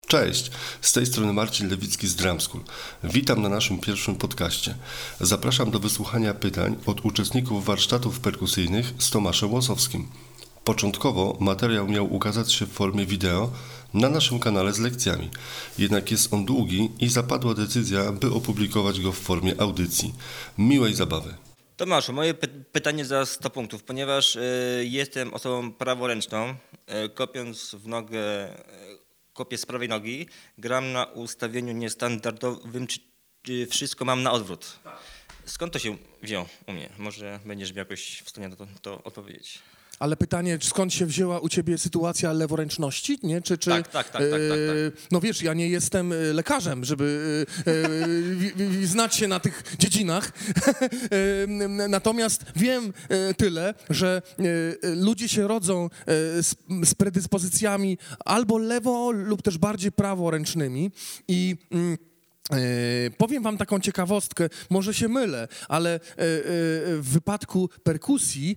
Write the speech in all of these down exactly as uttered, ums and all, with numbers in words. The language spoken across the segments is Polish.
Cześć, z tej strony Marcin Lewicki z Drum School. Witam na naszym pierwszym podcaście. Zapraszam do wysłuchania pytań od uczestników warsztatów perkusyjnych z Tomaszem Łosowskim. Początkowo materiał miał ukazać się w formie wideo na naszym kanale z lekcjami, jednak jest on długi i zapadła decyzja, by opublikować go w formie audycji. Miłej zabawy. Tomaszu, moje py- pytanie za sto punktów, ponieważ y, jestem osobą praworęczną, y, kopiąc w nogę, y, kopię z prawej nogi, gram na ustawieniu niestandardowym, czy, czy wszystko mam na odwrót. Skąd to się wzięło u mnie? Może będziesz mi jakoś w stanie na to, to odpowiedzieć. Ale pytanie, skąd się wzięła u ciebie sytuacja leworęczności, nie? Czy, czy, Tak, tak, tak, tak, tak, tak. No wiesz, ja nie jestem lekarzem, żeby e, znać się na tych dziedzinach. Natomiast wiem tyle, że ludzie się rodzą z, z predyspozycjami albo lewo lub też bardziej praworęcznymi i Yy, powiem wam taką ciekawostkę, może się mylę, ale yy, yy, w wypadku perkusji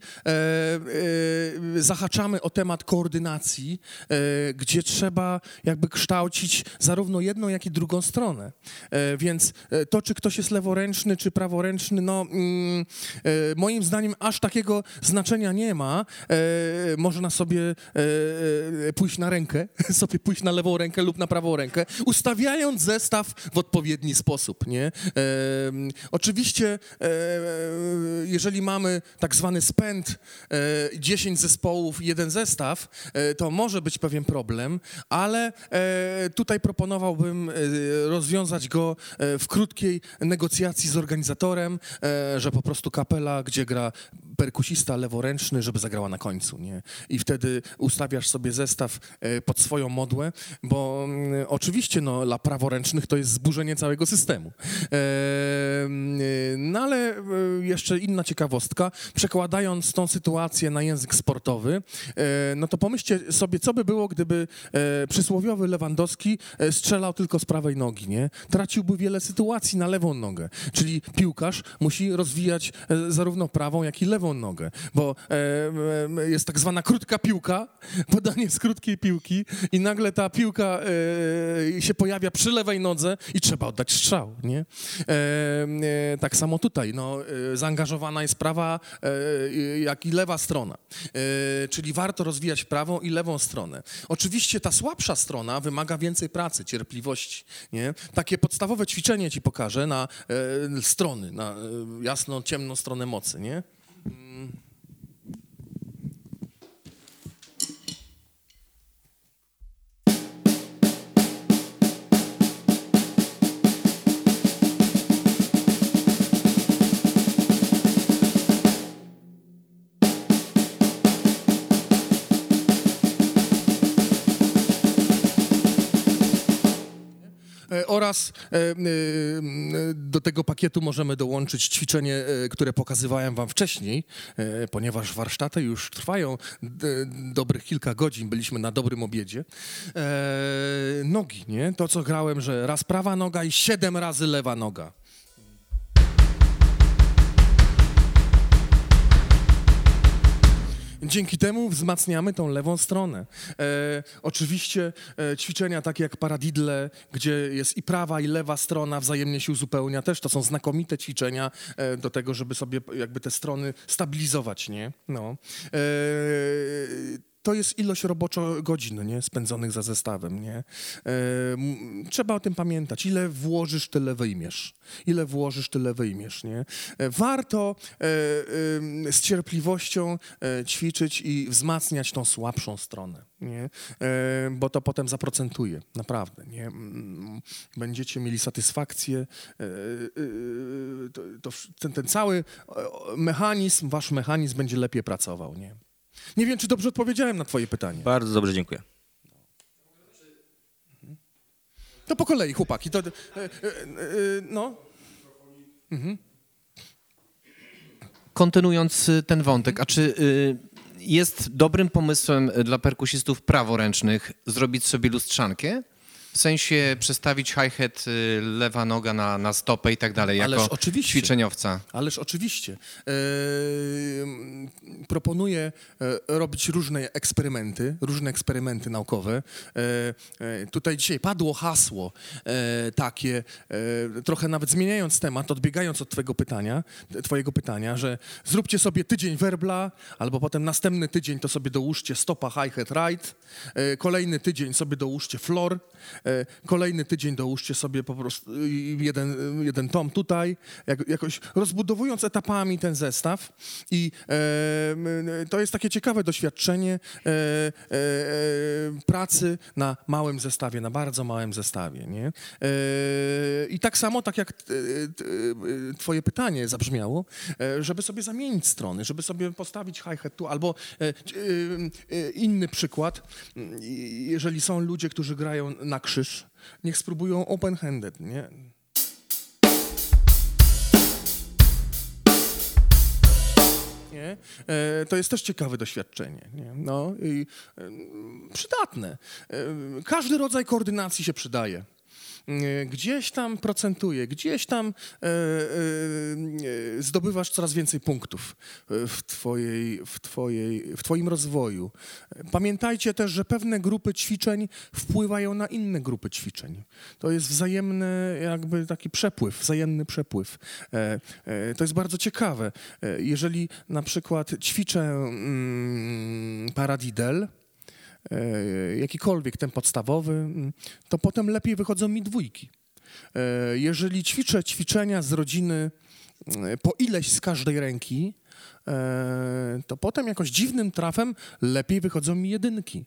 yy, yy, zahaczamy o temat koordynacji, yy, gdzie trzeba jakby kształcić zarówno jedną, jak i drugą stronę. Yy, więc yy, to, czy ktoś jest leworęczny, czy praworęczny, no yy, yy, moim zdaniem aż takiego znaczenia nie ma. Yy, można sobie yy, pójść na rękę, sobie pójść na lewą rękę lub na prawą rękę, ustawiając zestaw w odpowiedni odpowiedni sposób, nie? E, oczywiście, e, jeżeli mamy tak zwany spęd, e, dziesięć zespołów, jeden zestaw, e, to może być pewien problem, ale e, tutaj proponowałbym e, rozwiązać go e, w krótkiej negocjacji z organizatorem, e, że po prostu kapela, gdzie gra perkusista leworęczny, żeby zagrała na końcu, nie? I wtedy ustawiasz sobie zestaw e, pod swoją modłę, bo m, oczywiście no, dla praworęcznych to jest zburzenie całego systemu. E, no ale jeszcze inna ciekawostka, przekładając tą sytuację na język sportowy, e, no to pomyślcie sobie, co by było, gdyby e, przysłowiowy Lewandowski e, strzelał tylko z prawej nogi, nie? Traciłby wiele sytuacji na lewą nogę, czyli piłkarz musi rozwijać e, zarówno prawą, jak i lewą nogę, bo e, e, jest tak zwana krótka piłka, podanie z krótkiej piłki i nagle ta piłka e, się pojawia przy lewej nodze i trzeba oddać strzał, nie? E, e, tak samo tutaj, no, e, zaangażowana jest prawa, e, jak i lewa strona, e, czyli warto rozwijać prawą i lewą stronę. Oczywiście ta słabsza strona wymaga więcej pracy, cierpliwości, nie? Takie podstawowe ćwiczenie ci pokażę na e, strony, na e, jasną, ciemną stronę mocy, nie? Mm. Oraz do tego pakietu możemy dołączyć ćwiczenie, które pokazywałem wam wcześniej, ponieważ warsztaty już trwają dobrych kilka godzin, byliśmy na dobrym obiedzie. Nogi, nie? To, co grałem, że raz prawa noga i siedem razy lewa noga. Dzięki temu wzmacniamy tą lewą stronę. E, oczywiście e, ćwiczenia takie jak paradidle, gdzie jest i prawa, i lewa strona wzajemnie się uzupełnia, też to są znakomite ćwiczenia e, do tego, żeby sobie jakby te strony stabilizować, nie? No. E, To jest ilość roboczo godzin, nie? Spędzonych za zestawem, nie? E, m, trzeba o tym pamiętać. Ile włożysz, tyle wyjmiesz. Ile włożysz, tyle wyjmiesz, nie? E, warto e, e, z cierpliwością e, ćwiczyć i wzmacniać tą słabszą stronę, nie? E, bo to potem zaprocentuje, naprawdę, nie? Będziecie mieli satysfakcję. E, e, to, to, ten, ten cały mechanizm, wasz mechanizm będzie lepiej pracował, nie? Nie wiem, czy dobrze odpowiedziałem na twoje pytanie. Bardzo dobrze, dziękuję. To po kolei, chłopaki. To, e, e, e, no. Mhm. Kontynuując ten wątek, a czy y, jest dobrym pomysłem dla perkusistów praworęcznych zrobić sobie lustrzankę? W sensie przestawić hi-hat, y, lewa noga na, na stopę i tak dalej, Ależ jako oczywiście. ćwiczeniowca. Ależ oczywiście. E, proponuję e, robić różne eksperymenty, różne eksperymenty naukowe. E, e, tutaj dzisiaj padło hasło e, takie, e, trochę nawet zmieniając temat, odbiegając od twojego pytania, twojego pytania, że zróbcie sobie tydzień werbla, albo potem następny tydzień to sobie dołóżcie stopa, hi-hat, right, e, kolejny tydzień sobie dołóżcie floor, e, kolejny tydzień dołóżcie sobie po prostu jeden, jeden tom tutaj, jak, jakoś rozbudowując etapami ten zestaw i e, to jest takie ciekawe doświadczenie e, e, pracy na małym zestawie, na bardzo małym zestawie, nie? E, I tak samo, tak jak t, t, twoje pytanie zabrzmiało, e, żeby sobie zamienić strony, żeby sobie postawić hi-hat tu, albo e, e, inny przykład, jeżeli są ludzie, którzy grają na krzyż, niech spróbują open-handed, nie? Nie? E, to jest też ciekawe doświadczenie. Nie? No, i, e, przydatne. E, każdy rodzaj koordynacji się przydaje. E, gdzieś tam procentuje, gdzieś tam e, e, zdobywasz coraz więcej punktów w, twojej, w, twojej, w twoim rozwoju. Pamiętajcie też, że pewne grupy ćwiczeń wpływają na inne grupy ćwiczeń. To jest wzajemny jakby taki przepływ, wzajemny przepływ. E, e, to jest bardzo ciekawe. E, jeżeli na przykład ćwiczę mm, paradiddle, jakikolwiek ten podstawowy, to potem lepiej wychodzą mi dwójki. Jeżeli ćwiczę ćwiczenia z rodziny po ileś z każdej ręki, to potem jakoś dziwnym trafem lepiej wychodzą mi jedynki.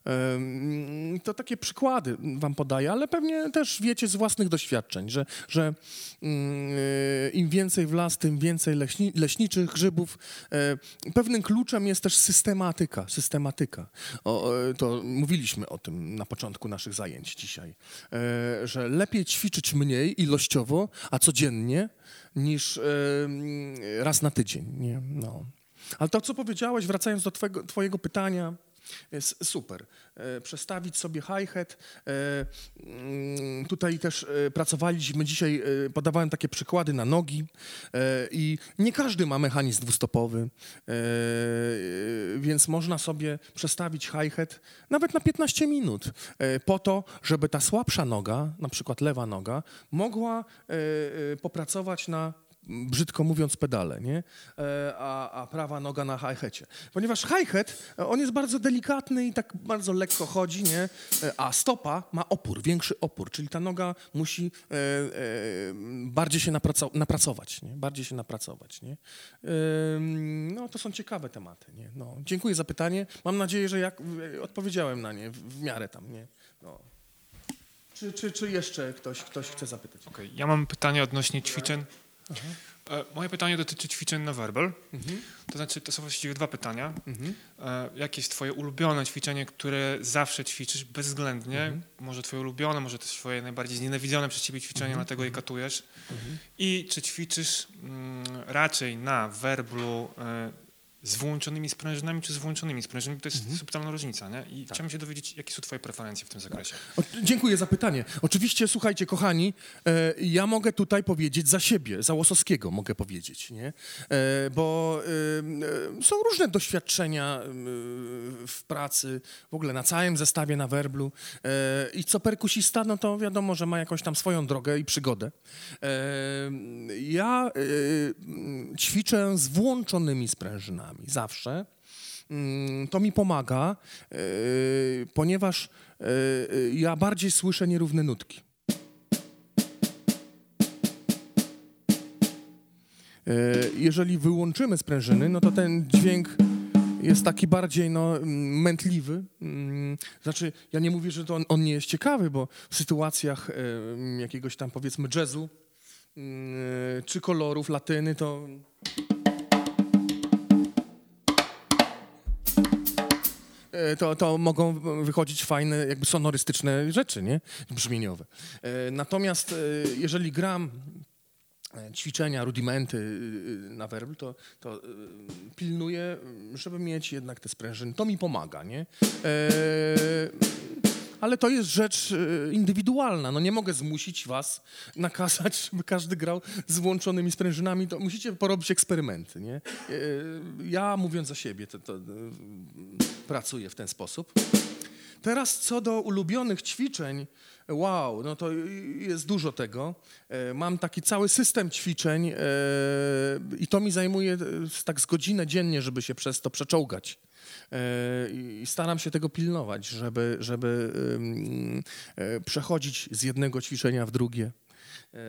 To takie przykłady wam podaję, ale pewnie też wiecie z własnych doświadczeń, że, że im więcej w las, tym więcej leśni, leśniczych grzybów. Pewnym kluczem jest też systematyka. systematyka. O, to mówiliśmy o tym na początku naszych zajęć dzisiaj, że lepiej ćwiczyć mniej ilościowo, a codziennie, niż raz na tydzień. Nie? No. Ale to, co powiedziałeś, wracając do twojego, twojego pytania, jest super. E, przestawić sobie hi-hat. E, mm, tutaj też e, pracowaliśmy dzisiaj, e, podawałem takie przykłady na nogi e, i nie każdy ma mechanizm dwustopowy, e, e, więc można sobie przestawić hi-hat nawet na piętnaście minut e, po to, żeby ta słabsza noga, na przykład lewa noga, mogła e, e, popracować na, brzydko mówiąc, pedale, nie? A, a prawa noga na hi-hacie. Ponieważ hi-hat, on jest bardzo delikatny i tak bardzo lekko chodzi, nie? A stopa ma opór, większy opór, czyli ta noga musi e, e, bardziej się napraco- napracować, nie? Bardziej się napracować, nie? E, no, to są ciekawe tematy, nie? No, dziękuję za pytanie. Mam nadzieję, że jak, odpowiedziałem na nie w, w miarę tam, nie? No. Czy, czy, czy jeszcze ktoś, ktoś chce zapytać? Okej, okay. Ja mam pytanie odnośnie ćwiczeń. Aha. Moje pytanie dotyczy ćwiczeń na werbel. Mhm. To znaczy, to są właściwie dwa pytania. Mhm. Jakie jest twoje ulubione ćwiczenie, które zawsze ćwiczysz bezwzględnie? Mhm. Może twoje ulubione, może też twoje najbardziej znienawidzone przez ciebie ćwiczenie, mhm. dlatego je katujesz. Mhm. I czy ćwiczysz mm, raczej na werblu y, z włączonymi sprężynami, czy z włączonymi sprężynami? To jest mhm. subtelna różnica, nie? I tak. Chciałbym się dowiedzieć, jakie są twoje preferencje w tym zakresie. O, dziękuję za pytanie. Oczywiście, słuchajcie, kochani, e, ja mogę tutaj powiedzieć za siebie, za Łosowskiego mogę powiedzieć, nie? E, bo e, są różne doświadczenia e, w pracy, w ogóle na całym zestawie na werblu e, i co perkusista, no to wiadomo, że ma jakąś tam swoją drogę i przygodę. E, ja e, ćwiczę z włączonymi sprężynami. Zawsze. To mi pomaga, ponieważ ja bardziej słyszę nierówne nutki. Jeżeli wyłączymy sprężyny, no to ten dźwięk jest taki bardziej no, mętliwy. Znaczy, ja nie mówię, że to on, on nie jest ciekawy, bo w sytuacjach jakiegoś tam, powiedzmy, jazzu czy kolorów, latyny, to... To, to mogą wychodzić fajne, jakby sonorystyczne rzeczy, nie? Brzmieniowe. Natomiast jeżeli gram ćwiczenia, rudimenty na werbl, to, to pilnuję, żeby mieć jednak te sprężyny. To mi pomaga, nie? ale to jest rzecz e, indywidualna. No nie mogę zmusić was, nakazać, żeby każdy grał z włączonymi sprężynami. To musicie porobić eksperymenty, nie? E, ja, mówiąc za siebie, to, to, e, pracuję w ten sposób. Teraz co do ulubionych ćwiczeń, wow, no to jest dużo tego. E, mam taki cały system ćwiczeń e, i to mi zajmuje e, tak z godzinę dziennie, żeby się przez to przeczołgać. E, I staram się tego pilnować, żeby, żeby e, e, przechodzić z jednego ćwiczenia w drugie. E,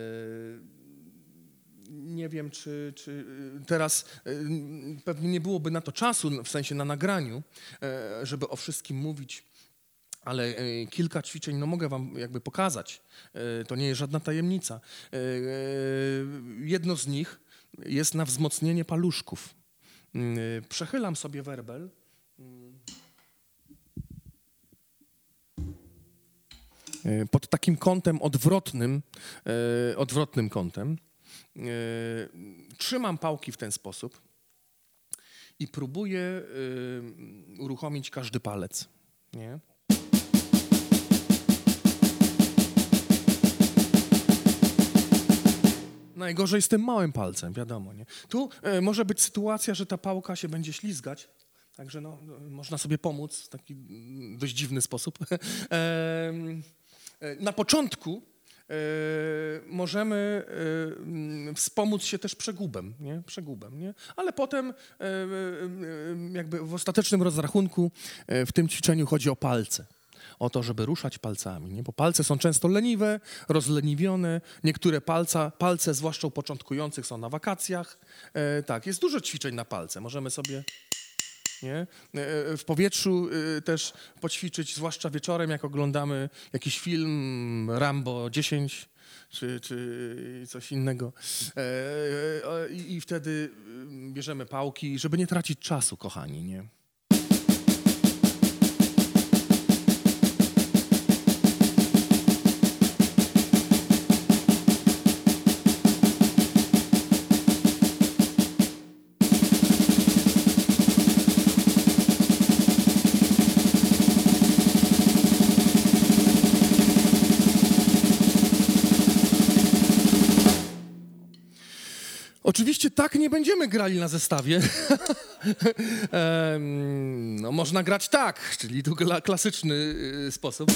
Nie wiem, czy, czy teraz pewnie nie byłoby na to czasu, w sensie na nagraniu, żeby o wszystkim mówić, ale kilka ćwiczeń no mogę wam jakby pokazać. To nie jest żadna tajemnica. Jedno z nich jest na wzmocnienie paluszków. Przechylam sobie werbel. Pod takim kątem odwrotnym, odwrotnym kątem. Trzymam pałki w ten sposób i próbuję uruchomić każdy palec. Nie? Najgorzej z tym małym palcem, wiadomo. Nie? Tu e, może być sytuacja, że ta pałka się będzie ślizgać, także no, można sobie pomóc w taki dość dziwny sposób. e, na początku e, możemy e, wspomóc się też przegubem, nie? Przegubem, nie? Ale potem e, e, jakby w ostatecznym rozrachunku e, w tym ćwiczeniu chodzi o palce. O to, żeby ruszać palcami, nie? Bo palce są często leniwe, rozleniwione. Niektóre palca, palce, zwłaszcza u początkujących, są na wakacjach. E, tak, jest dużo ćwiczeń na palce. Możemy sobie nie? E, w powietrzu e, też poćwiczyć, zwłaszcza wieczorem, jak oglądamy jakiś film Rambo dziesięć czy, czy coś innego. E, e, i, I wtedy bierzemy pałki, żeby nie tracić czasu, kochani, nie? Oczywiście tak nie będziemy grali na zestawie. ehm, no, można grać tak, czyli tu klasyczny y, sposób.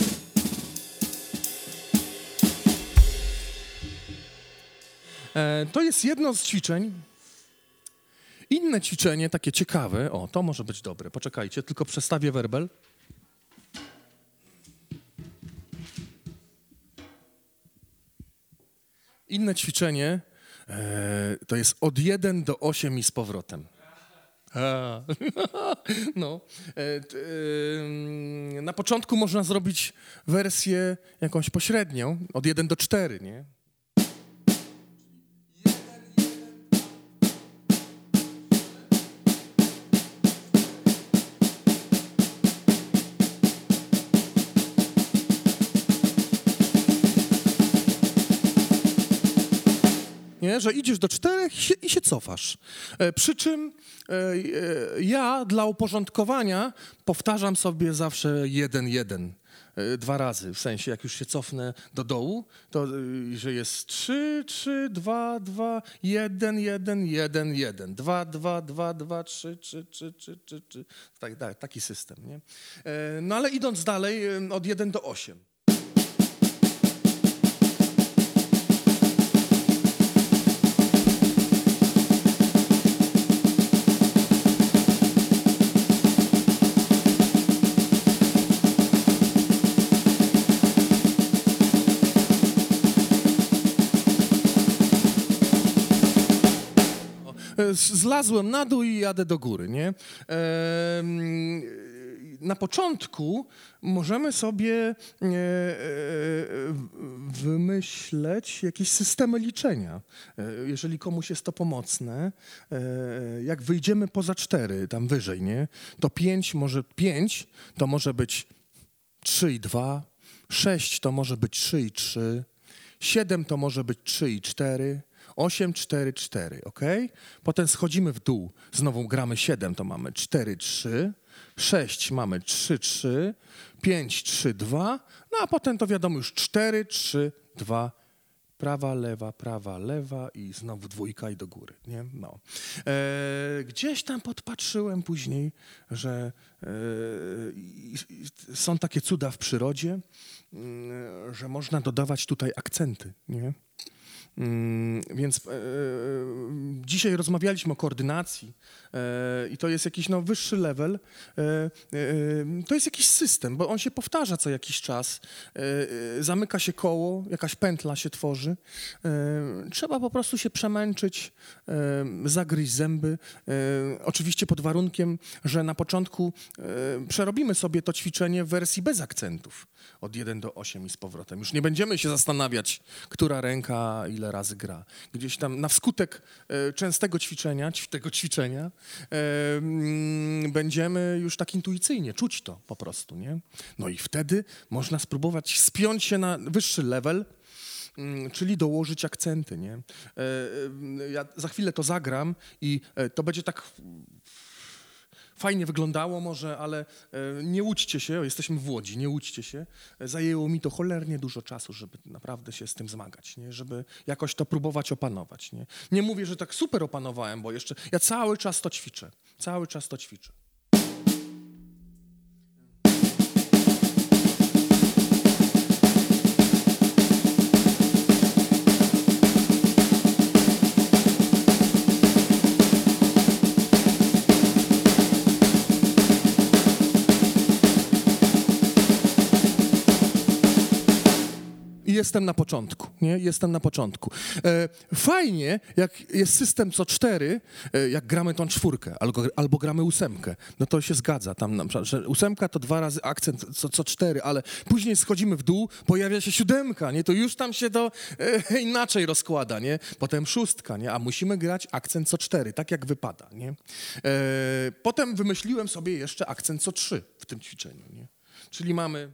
E, to jest jedno z ćwiczeń. Inne ćwiczenie, takie ciekawe, o, to może być dobre, poczekajcie, tylko przestawię werbel. Inne ćwiczenie to jest od jeden do osiem i z powrotem. A. No. Na początku można zrobić wersję jakąś pośrednią, od jeden do czterech, nie? Nie? Że idziesz do czterech i się, i się cofasz. E, przy czym e, e, ja dla uporządkowania powtarzam sobie zawsze jeden, jeden. E, dwa razy, w sensie jak już się cofnę do dołu, to e, że jest trzy, trzy, dwa, dwa, jeden, jeden, jeden, jeden, dwa, dwa, dwa, dwa, trzy, trzy, trzy, trzy, trzy, trzy. Tak, tak, taki system. Nie? E, no ale idąc dalej, e, od jeden do osiem. Zlazłem na dół i jadę do góry, nie? Na początku możemy sobie wymyśleć jakieś systemy liczenia. Jeżeli komuś jest to pomocne, jak wyjdziemy poza cztery, tam wyżej, nie? To pięć może, pięć to może być trzy i dwa, sześć to może być trzy i trzy, siedem to może być trzy i cztery, osiem, cztery, cztery, ok? Potem schodzimy w dół, znowu gramy siedem, to mamy cztery, trzy, sześć mamy trzy, trzy, pięć, trzy, dwa, no a potem to wiadomo już cztery, trzy, dwa, prawa, lewa, prawa, lewa i znowu dwójka i do góry, nie? No. E, gdzieś tam podpatrzyłem później, że e, i, i są takie cuda w przyrodzie, y, że można dodawać tutaj akcenty, nie? Mm, więc e, dzisiaj rozmawialiśmy o koordynacji e, i to jest jakiś no, wyższy level. E, e, to jest jakiś system, bo on się powtarza co jakiś czas. E, e, zamyka się koło, jakaś pętla się tworzy. E, trzeba po prostu się przemęczyć, e, zagryźć zęby. E, oczywiście pod warunkiem, że na początku e, przerobimy sobie to ćwiczenie w wersji bez akcentów. Od jeden do osiem i z powrotem. Już nie będziemy się zastanawiać, która ręka ile razy gra. Gdzieś tam na wskutek e, częstego ćwiczenia, ć, tego ćwiczenia e, m, będziemy już tak intuicyjnie czuć to po prostu, nie? No i wtedy można spróbować spiąć się na wyższy level, m, czyli dołożyć akcenty, nie? E, e, ja za chwilę to zagram i e, to będzie tak fajnie wyglądało może, ale e, nie łudźcie się, o, jesteśmy w Łodzi, nie łudźcie się. E, zajęło mi to cholernie dużo czasu, żeby naprawdę się z tym zmagać, nie? Żeby jakoś to próbować opanować. Nie? Nie mówię, że tak super opanowałem, bo jeszcze ja cały czas to ćwiczę, cały czas to ćwiczę. Jestem na początku, nie? Jestem na początku. E, fajnie, jak jest system co cztery, e, jak gramy tą czwórkę albo, albo gramy ósemkę, no to się zgadza. Tam na przykład, że ósemka to dwa razy akcent co, co cztery, ale później schodzimy w dół, pojawia się siódemka, nie? To już tam się to e, inaczej rozkłada, nie? Potem szóstka, nie? A musimy grać akcent co cztery, tak jak wypada, nie? E, potem wymyśliłem sobie jeszcze akcent co trzy w tym ćwiczeniu, nie? Czyli mamy...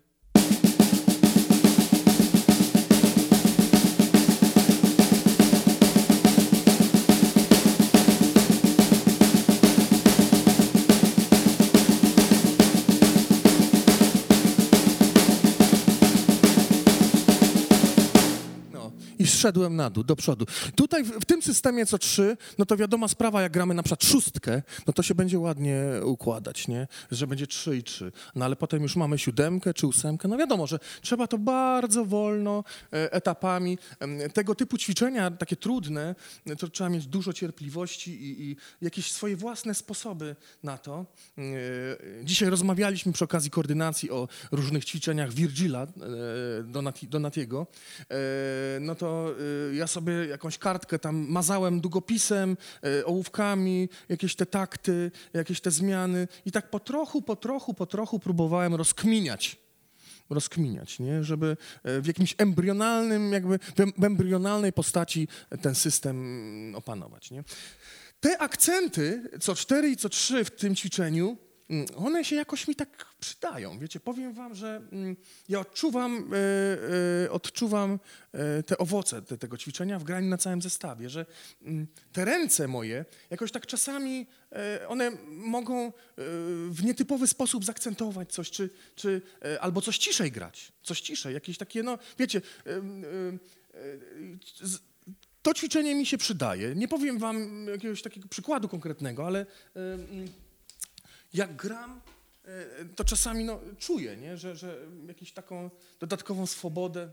I zszedłem na dół, do przodu. Tutaj w, w tym systemie co trzy, no to wiadoma sprawa, jak gramy na przykład szóstkę, no to się będzie ładnie układać, nie? Że będzie trzy i trzy. No ale potem już mamy siódemkę czy ósemkę. No wiadomo, że trzeba to bardzo wolno, e, etapami. E, tego typu ćwiczenia, takie trudne, to trzeba mieć dużo cierpliwości i, i jakieś swoje własne sposoby na to. E, dzisiaj rozmawialiśmy przy okazji koordynacji o różnych ćwiczeniach Virgila, e, Donati, Donatiego. E, no to ja sobie jakąś kartkę tam mazałem długopisem, ołówkami, jakieś te takty, jakieś te zmiany i tak po trochu, po trochu, po trochu próbowałem rozkminiać, rozkminiać, nie? Żeby w jakimś embrionalnym, jakby w embrionalnej postaci ten system opanować, nie? Te akcenty, co cztery i co trzy w tym ćwiczeniu, one się jakoś mi tak przydają, wiecie, powiem wam, że ja odczuwam, e, e, odczuwam e, te owoce te, tego ćwiczenia w graniu na całym zestawie, że m, te ręce moje jakoś tak czasami, e, one mogą e, w nietypowy sposób zaakcentować coś, czy, czy e, albo coś ciszej grać, coś ciszej, jakieś takie, no, wiecie, e, e, e, z, to ćwiczenie mi się przydaje. Nie powiem wam jakiegoś takiego przykładu konkretnego, ale e, jak gram, to czasami no, czuję, nie? Że, że jakąś taką dodatkową swobodę.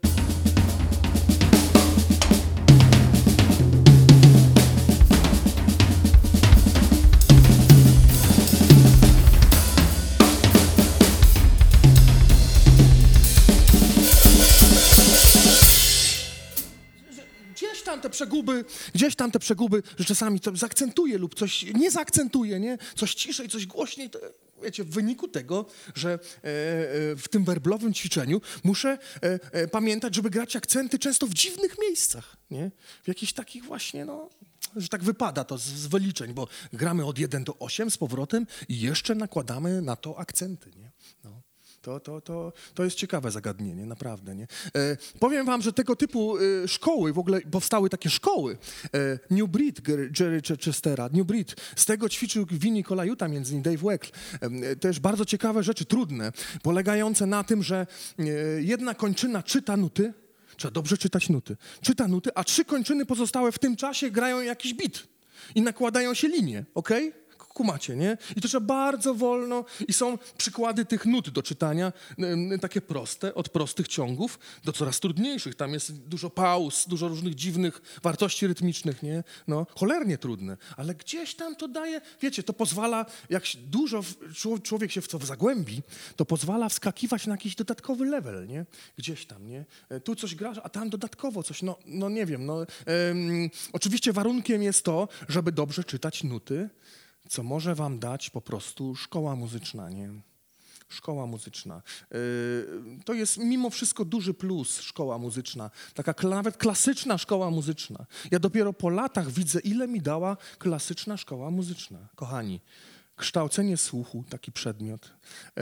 Gdzieś tam te przeguby, gdzieś tam te przeguby, że czasami to zaakcentuje lub coś nie zaakcentuje, nie? Coś ciszej, coś głośniej. To, wiecie, w wyniku tego, że e, w tym werblowym ćwiczeniu muszę e, e, pamiętać, żeby grać akcenty często w dziwnych miejscach, nie? W jakichś takich właśnie, no, że tak wypada to z, z wyliczeń, bo gramy od jeden do osiem z powrotem i jeszcze nakładamy na to akcenty, nie? No. To, to, to, to jest ciekawe zagadnienie, naprawdę, nie? E, powiem wam, że tego typu e, szkoły, w ogóle powstały takie szkoły. E, New Breed Jerry Chestera, New Breed, z tego ćwiczył Vinnie Colaiuta, między innymi Dave Weckl. E, też bardzo ciekawe rzeczy, trudne, polegające na tym, że e, jedna kończyna czyta nuty, trzeba dobrze czytać nuty, czyta nuty, a trzy kończyny pozostałe w tym czasie grają jakiś beat i nakładają się linie, okej? Okay? Kumacie, nie? I to trzeba bardzo wolno i są przykłady tych nut do czytania, y, takie proste, od prostych ciągów do coraz trudniejszych. Tam jest dużo pauz, dużo różnych dziwnych wartości rytmicznych, nie? No, cholernie trudne, ale gdzieś tam to daje, wiecie, to pozwala, jak dużo człowiek się w to zagłębi, to pozwala wskakiwać na jakiś dodatkowy level, nie? Gdzieś tam, nie? Tu coś grasz, a tam dodatkowo coś, no, no nie wiem, no. Ym, oczywiście warunkiem jest to, żeby dobrze czytać nuty, co może wam dać po prostu szkoła muzyczna, nie? Szkoła muzyczna. Yy, to jest mimo wszystko duży plus, szkoła muzyczna. Taka kla- nawet klasyczna szkoła muzyczna. Ja dopiero po latach widzę, ile mi dała klasyczna szkoła muzyczna. Kochani, kształcenie słuchu, taki przedmiot,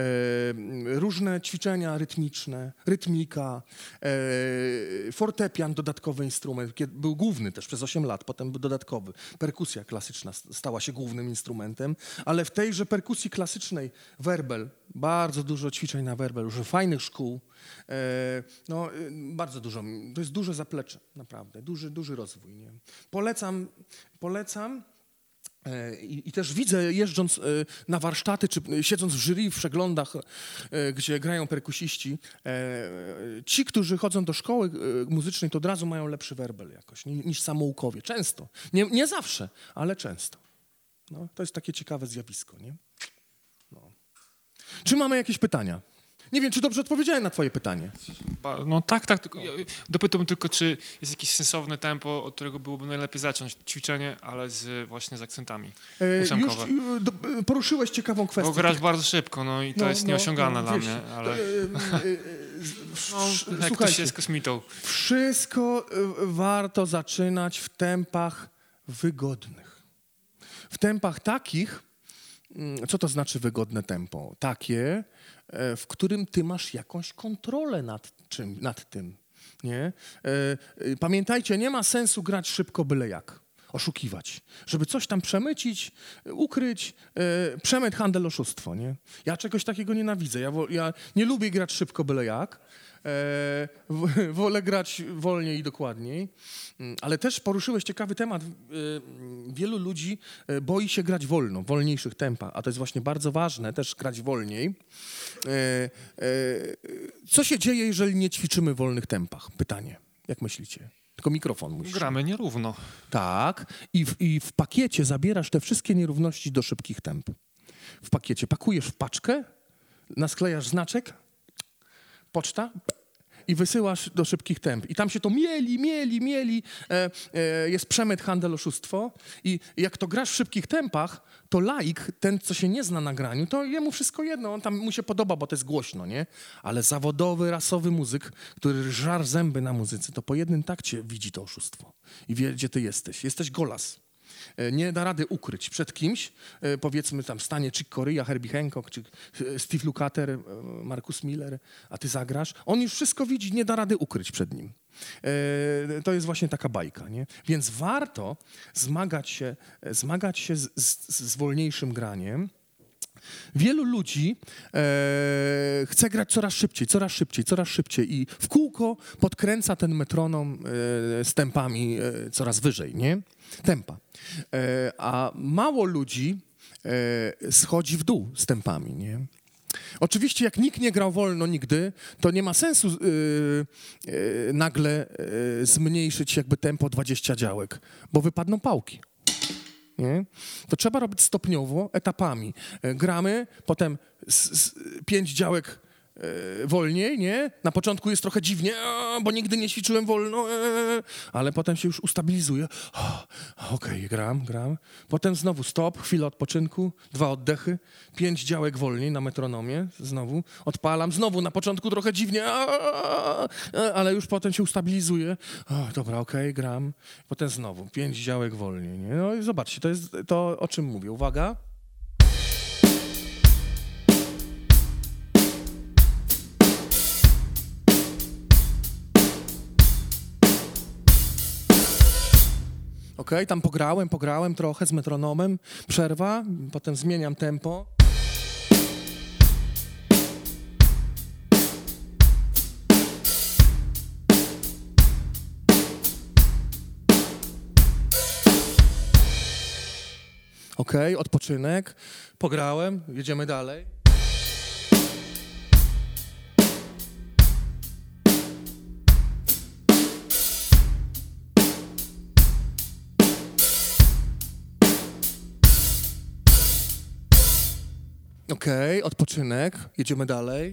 e, różne ćwiczenia rytmiczne, rytmika, e, fortepian, dodatkowy instrument, kiedy był główny też przez osiem lat, potem był dodatkowy. Perkusja klasyczna stała się głównym instrumentem, ale w tejże perkusji klasycznej werbel, bardzo dużo ćwiczeń na werbel, już fajnych szkół, e, no bardzo dużo, to jest duże zaplecze, naprawdę, duży, duży rozwój. Nie? Polecam, polecam. I, I też widzę, jeżdżąc na warsztaty, czy siedząc w jury, w przeglądach, gdzie grają perkusiści, ci, którzy chodzą do szkoły muzycznej, to od razu mają lepszy werbel jakoś niż samoukowie. Często. Nie, nie zawsze, ale często. No, to jest takie ciekawe zjawisko, nie? No. Czy mamy jakieś pytania? Nie wiem, czy dobrze odpowiedziałem na twoje pytanie. No tak, tak. Tylko, ja dopytam tylko, czy jest jakieś sensowne tempo, od którego byłoby najlepiej zacząć ćwiczenie, ale z, właśnie z akcentami ósemkowe. E, już do, poruszyłeś ciekawą kwestię. Bo grasz bardzo szybko, no i to no, jest no, nieosiągalne no, dla wiesz, mnie, ale... E, e, e, no, jak ktoś jest kosmitą. Wszystko warto zaczynać w tempach wygodnych. W tempach takich, co to znaczy wygodne tempo? Takie, w którym ty masz jakąś kontrolę nad, czym, nad tym. Nie? Pamiętajcie, nie ma sensu grać szybko byle jak, oszukiwać. Żeby coś tam przemycić, ukryć, przemyt, handel, oszustwo. Nie? Ja czegoś takiego nienawidzę. Ja, ja nie lubię grać szybko byle jak. E, wolę grać wolniej i dokładniej, ale też poruszyłeś ciekawy temat. E, wielu ludzi boi się grać wolno, w wolniejszych tempach, a to jest właśnie bardzo ważne, też grać wolniej. E, e, co się dzieje, jeżeli nie ćwiczymy w wolnych tempach? Pytanie, jak myślicie? Tylko mikrofon musisz. Gramy nierówno. Tak, i w, i w pakiecie zabierasz te wszystkie nierówności do szybkich temp. W pakiecie pakujesz w paczkę, nasklejasz znaczek, poczta i wysyłasz do szybkich temp. I tam się to mieli, mieli, mieli. E, e, jest przemyt, handel, oszustwo. I jak to grasz w szybkich tempach, to laik, ten, co się nie zna na graniu, to jemu wszystko jedno. On tam mu się podoba, bo to jest głośno, nie? Ale zawodowy, rasowy muzyk, który żar zęby na muzyce, to po jednym takcie widzi to oszustwo. I wie, gdzie ty jesteś. Jesteś golas. Nie da rady ukryć przed kimś, powiedzmy tam stanie Chick Corea, Herbie Hancock, czy Steve Lukather, Marcus Miller, a ty zagrasz. On już wszystko widzi, nie da rady ukryć przed nim. To jest właśnie taka bajka, nie? Więc warto zmagać się, zmagać się z, z, z wolniejszym graniem. Wielu ludzi e, chce grać coraz szybciej, coraz szybciej, coraz szybciej i w kółko podkręca ten metronom e, z tempami e, coraz wyżej, nie? Tempa. E, a mało ludzi e, schodzi w dół z tempami, nie? Oczywiście jak nikt nie grał wolno nigdy, to nie ma sensu e, e, nagle e, zmniejszyć jakby tempo dwadzieścia działek, bo wypadną pałki. Nie? To trzeba robić stopniowo, etapami. Gramy, potem z, z, pięć działek e, wolniej, nie? Na początku jest trochę dziwnie, a, bo nigdy nie ćwiczyłem wolno, e, ale potem się już ustabilizuje. Okej, okay, gram, gram. Potem znowu stop, chwila odpoczynku, dwa oddechy, pięć działek wolniej na metronomie, znowu odpalam, znowu na początku trochę dziwnie, a, a, ale już potem się ustabilizuje. O, dobra, okej, okay, gram. Potem znowu pięć działek wolniej, nie? No i zobaczcie, to jest to, o czym mówię. Uwaga. Ok, tam pograłem, pograłem trochę z metronomem, przerwa, potem zmieniam tempo. Ok, odpoczynek, pograłem, jedziemy dalej. Ok, odpoczynek, jedziemy dalej.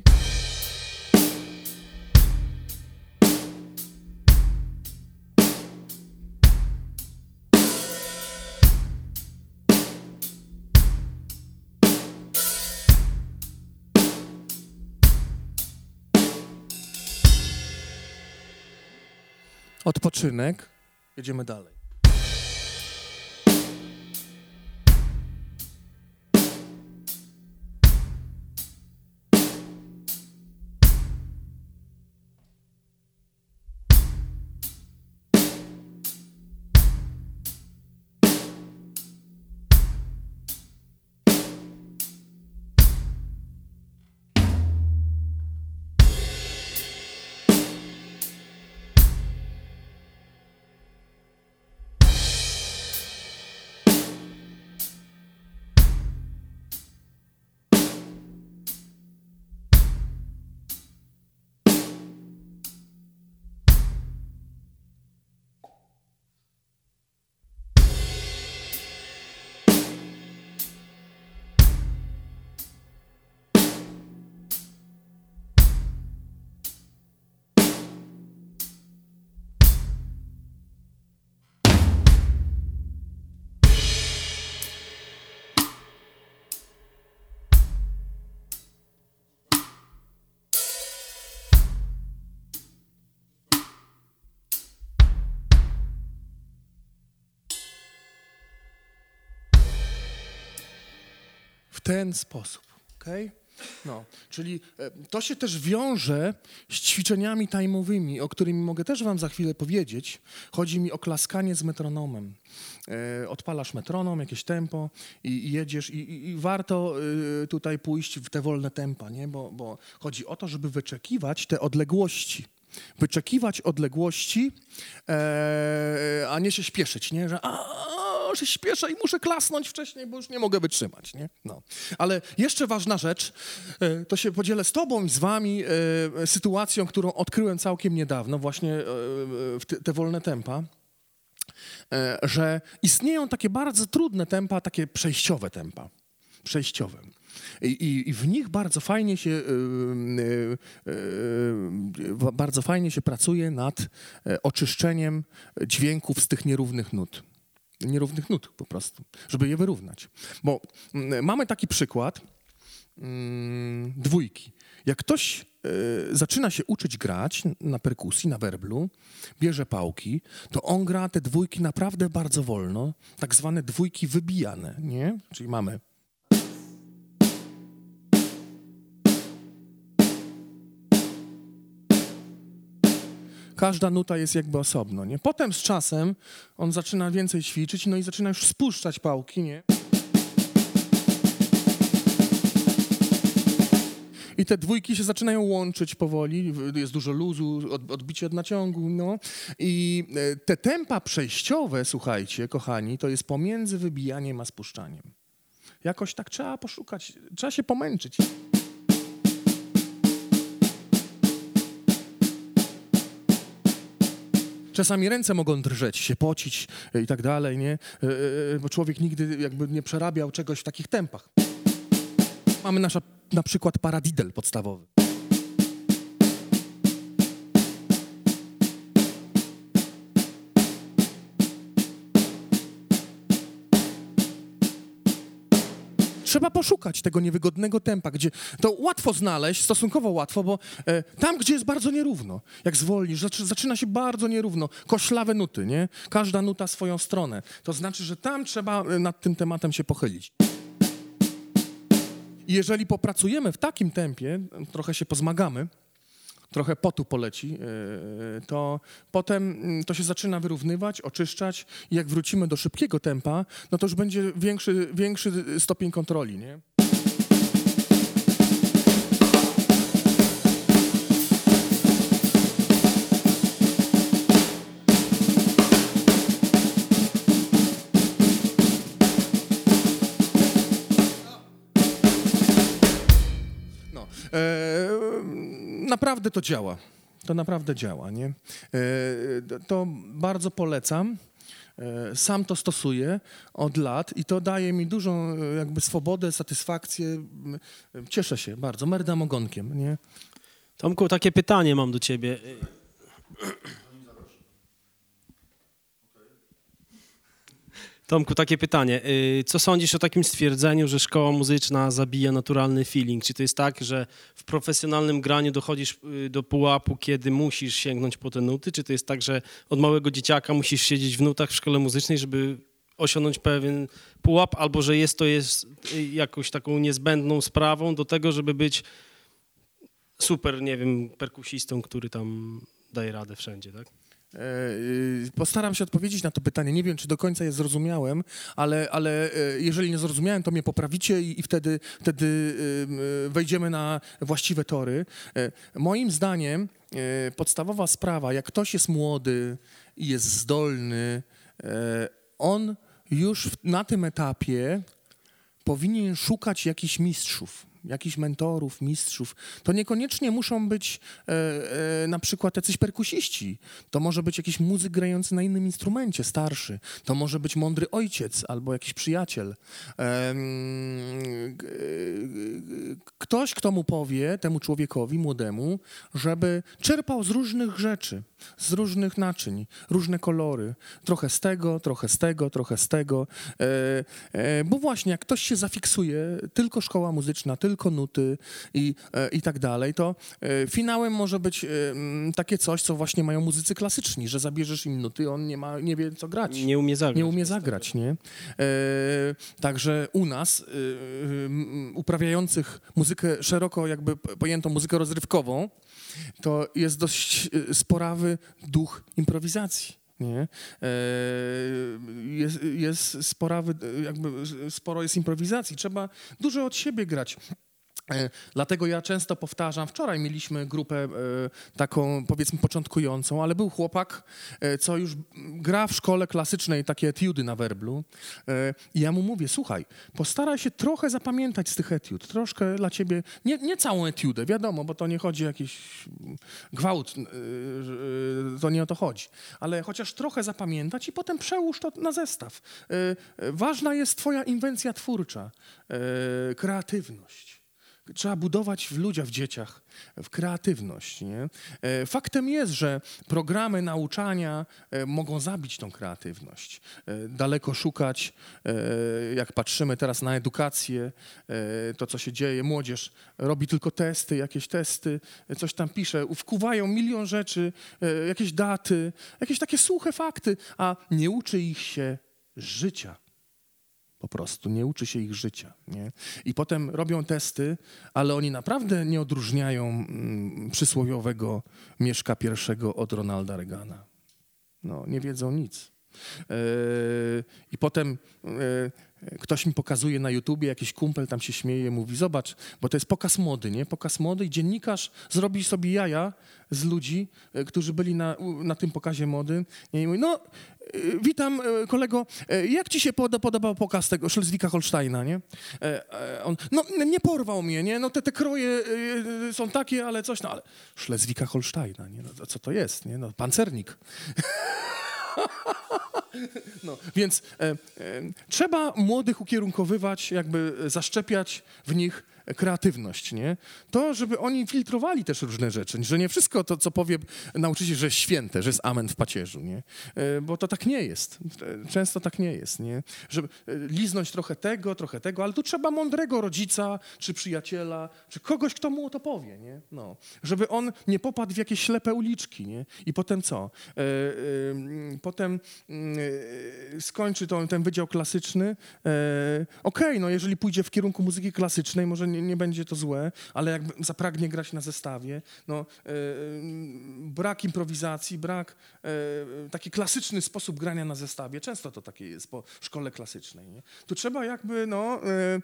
Odpoczynek, jedziemy dalej. W ten sposób, okej? No, czyli e, to się też wiąże z ćwiczeniami time'owymi, o którymi mogę też wam za chwilę powiedzieć. Chodzi mi o klaskanie z metronomem. E, odpalasz metronom, jakieś tempo i, i jedziesz i, i, i warto e, tutaj pójść w te wolne tempa, nie? Bo, bo chodzi o to, żeby wyczekiwać te odległości. Wyczekiwać odległości, e, a nie się śpieszyć, nie? Że a, że śpieszę i muszę klasnąć wcześniej, bo już nie mogę wytrzymać, nie? No. Ale jeszcze ważna rzecz, e, to się podzielę z tobą i z wami e, sytuacją, którą odkryłem całkiem niedawno, właśnie e, w te, te wolne tempa, e, że istnieją takie bardzo trudne tempa, takie przejściowe tempa, przejściowe. I, i, I w nich bardzo fajnie się yy, yy, yy, bardzo fajnie się pracuje nad yy, oczyszczeniem dźwięków z tych nierównych nut. Nierównych nut po prostu, żeby je wyrównać. Bo yy, mamy taki przykład yy, dwójki. Jak ktoś yy, zaczyna się uczyć grać na perkusji, na werblu, bierze pałki, to on gra te dwójki naprawdę bardzo wolno, tak zwane dwójki wybijane, nie? Czyli mamy każda nuta jest jakby osobno, nie? Potem z czasem on zaczyna więcej ćwiczyć, no i zaczyna już spuszczać pałki, nie? I te dwójki się zaczynają łączyć powoli, jest dużo luzu, odbicie od naciągu, no. I te tempa przejściowe, słuchajcie, kochani, to jest pomiędzy wybijaniem a spuszczaniem. Jakoś tak trzeba poszukać, trzeba się pomęczyć. Czasami ręce mogą drżeć, się pocić i tak dalej, nie? Bo człowiek nigdy jakby nie przerabiał czegoś w takich tempach. Mamy nasza, na przykład paradidel podstawowy. Trzeba poszukać tego niewygodnego tempa, gdzie to łatwo znaleźć, stosunkowo łatwo, bo e, tam, gdzie jest bardzo nierówno, jak zwolnisz, zaczyna się bardzo nierówno, koślawe nuty, nie? Każda nuta swoją stronę. To znaczy, że tam trzeba nad tym tematem się pochylić. I jeżeli popracujemy w takim tempie, trochę się pozmagamy, trochę potu poleci, yy, to potem to się zaczyna wyrównywać, oczyszczać i jak wrócimy do szybkiego tempa, no to już będzie większy, większy stopień kontroli, nie? E, naprawdę to działa. To naprawdę działa, nie? E, to bardzo polecam. E, sam to stosuję od lat i to daje mi dużą jakby swobodę, satysfakcję. Cieszę się bardzo. Merdam ogonkiem, nie? Tomku, takie pytanie mam do ciebie. Tomku, takie pytanie. Co sądzisz o takim stwierdzeniu, że szkoła muzyczna zabija naturalny feeling? Czy to jest tak, że w profesjonalnym graniu dochodzisz do pułapu, kiedy musisz sięgnąć po te nuty? Czy to jest tak, że od małego dzieciaka musisz siedzieć w nutach w szkole muzycznej, żeby osiągnąć pewien pułap, albo że jest to jest jakąś taką niezbędną sprawą do tego, żeby być super, nie wiem, perkusistą, który tam daje radę wszędzie, tak? Postaram się odpowiedzieć na to pytanie. Nie wiem, czy do końca je zrozumiałem, ale, ale jeżeli nie zrozumiałem, to mnie poprawicie i, i wtedy, wtedy wejdziemy na właściwe tory. Moim zdaniem podstawowa sprawa, jak ktoś jest młody i jest zdolny, on już na tym etapie powinien szukać jakichś mistrzów, jakichś mentorów, mistrzów. To niekoniecznie muszą być e, e, na przykład jacyś perkusiści. To może być jakiś muzyk grający na innym instrumencie, starszy. To może być mądry ojciec albo jakiś przyjaciel. E, ktoś, kto mu powie, temu człowiekowi młodemu, żeby czerpał z różnych rzeczy, z różnych naczyń, różne kolory. Trochę z tego, trochę z tego, trochę z tego. E, e, bo właśnie, jak ktoś się zafiksuje, tylko szkoła muzyczna, tylko nuty i, e, i tak dalej, to e, finałem może być e, takie coś, co właśnie mają muzycy klasyczni, że zabierzesz im nuty, on nie ma, nie wie, co grać. Nie umie zagrać. Nie umie zagrać, nie? E, także u nas, e, e, uprawiających muzykę szeroko jakby pojętą muzykę rozrywkową, to jest dość sporawy duch improwizacji. Nie? Jest, jest spora, jakby sporo jest improwizacji, trzeba dużo od siebie grać. Dlatego ja często powtarzam, wczoraj mieliśmy grupę taką, powiedzmy, początkującą, ale był chłopak, co już gra w szkole klasycznej takie etiudy na werblu i ja mu mówię, słuchaj, postaraj się trochę zapamiętać z tych etiud, troszkę dla ciebie, nie, nie całą etiudę, wiadomo, bo to nie chodzi o jakiś gwałt, to nie o to chodzi, ale chociaż trochę zapamiętać i potem przełóż to na zestaw. Ważna jest twoja inwencja twórcza, kreatywność. Trzeba budować w ludziach, w dzieciach, w kreatywność. Nie? Faktem jest, że programy nauczania mogą zabić tą kreatywność. Daleko szukać, jak patrzymy teraz na edukację, to co się dzieje, młodzież robi tylko testy, jakieś testy, coś tam pisze, wkuwają milion rzeczy, jakieś daty, jakieś takie suche fakty, a nie uczy ich się życia. Po prostu nie uczy się ich życia. Nie? I potem robią testy, ale oni naprawdę nie odróżniają mm, przysłowiowego Mieszka pierwszego od Ronalda Reagana. No, nie wiedzą nic. Yy, I potem yy, ktoś mi pokazuje na YouTubie, jakiś kumpel tam się śmieje, mówi, zobacz, bo to jest pokaz mody, nie? Pokaz mody i dziennikarz zrobi sobie jaja z ludzi, yy, którzy byli na, na tym pokazie mody. I mówi, no, yy, witam yy, kolego, yy, jak ci się pod, podobał pokaz tego Schleswika-Holsteina, nie? Yy, yy, on, no, nie porwał mnie, nie? No, te, te kroje yy, są takie, ale coś, no, ale Schleswika-Holsteina, nie? No, co to jest, nie? No, pancernik. No, więc e, e, trzeba młodych ukierunkowywać, jakby zaszczepiać w nich kreatywność, nie? To, żeby oni filtrowali też różne rzeczy, że nie wszystko to, co powie nauczyciel, że jest święte, że jest amen w pacierzu, nie? E, bo to tak nie jest. Często tak nie jest, nie? Żeby liznąć trochę tego, trochę tego, ale tu trzeba mądrego rodzica, czy przyjaciela, czy kogoś, kto mu to powie, nie? No. Żeby on nie popadł w jakieś ślepe uliczki, nie? I potem co? E, e, potem e, skończy to, ten wydział klasyczny. E, Okej, okay, no jeżeli pójdzie w kierunku muzyki klasycznej, może nie nie, nie będzie to złe, ale jak zapragnie grać na zestawie, no e, brak improwizacji, brak e, taki klasyczny sposób grania na zestawie, często to takie jest po szkole klasycznej, nie? Tu trzeba jakby no e,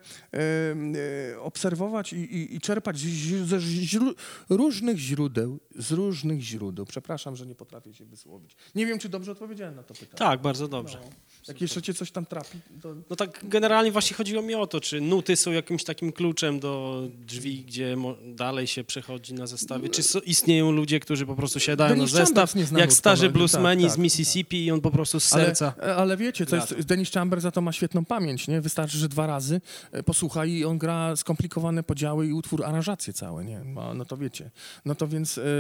e, obserwować i, i, i czerpać z, ze źró- różnych źródeł, z różnych źródeł. Przepraszam, że nie potrafię się wysłowić. Nie wiem, czy dobrze odpowiedziałem na to pytanie. Tak, bardzo dobrze. No. Jak jeszcze cię coś tam trafi, to... No tak generalnie właśnie chodziło mi o to, czy nuty są jakimś takim kluczem do drzwi, gdzie mo- dalej się przechodzi na zestawie, czy so, istnieją ludzie, którzy po prostu siadają na Dennis zestaw, Chambers nie zna jak nut, starzy panowie, bluesmeni tak, z tak, Mississippi i on po prostu z Ale, serca... ale wiecie, to jest, Gra to. Dennis Chambers za to ma świetną pamięć, nie? Wystarczy, że dwa razy e, posłucha i on gra skomplikowane podziały i utwór, aranżacje całe, nie? No, no to wiecie. No to więc e,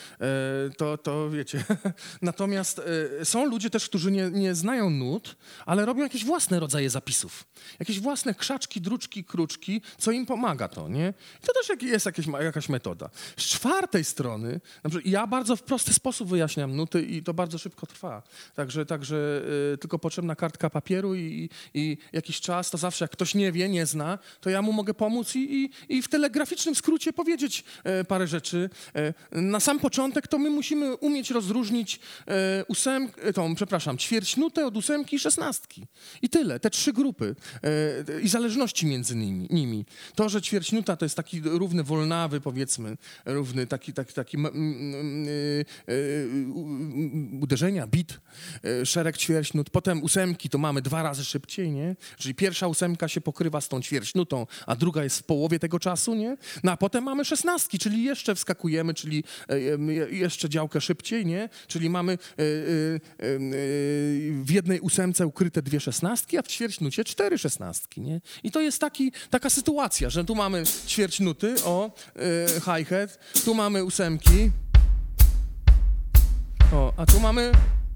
e, to, to wiecie. Natomiast e, są ludzie też, którzy nie, nie znają nut, ale robią jakieś własne rodzaje zapisów. Jakieś własne krzaczki, druczki, kruczki, co im pomaga to, nie? I to też jak- jest jakieś, jakaś metoda. Z czwartej strony, na przykład ja bardzo w prosty sposób wyjaśniam nuty i to bardzo szybko trwa. Także, także y, tylko potrzebna kartka papieru i, i jakiś czas, to zawsze jak ktoś nie wie, nie zna, to ja mu mogę pomóc i, i, i w telegraficznym skrócie powiedzieć e, parę rzeczy. E, na sam początek to my musimy umieć rozróżnić e, ósem, e, tą, przepraszam, ćwierćnutę od ósemki i szesnastki. I tyle, te trzy grupy e, i zależności między nimi, nimi. To, że ćwierćnuta to jest taki równy wolnawy, powiedzmy, równy taki, taki, taki m, m, m, y, y, u- uderzenia, bit, y, szereg ćwierćnut. Potem ósemki to mamy dwa razy szybciej, nie? Czyli pierwsza ósemka się pokrywa z tą ćwierćnutą, a druga jest w połowie tego czasu, nie? No a potem mamy szesnastki, czyli jeszcze wskakujemy, czyli y, y, jeszcze działkę szybciej, nie? Czyli mamy y, y, y, y, w jednej ósemce ukryte dwie szesnastki, a w ćwierćnucie cztery szesnastki, nie? I to jest taki, taka sytuacja, że tu mamy ćwierćnuty, o, y, hi-hat, tu mamy ósemki, o, a tu mamy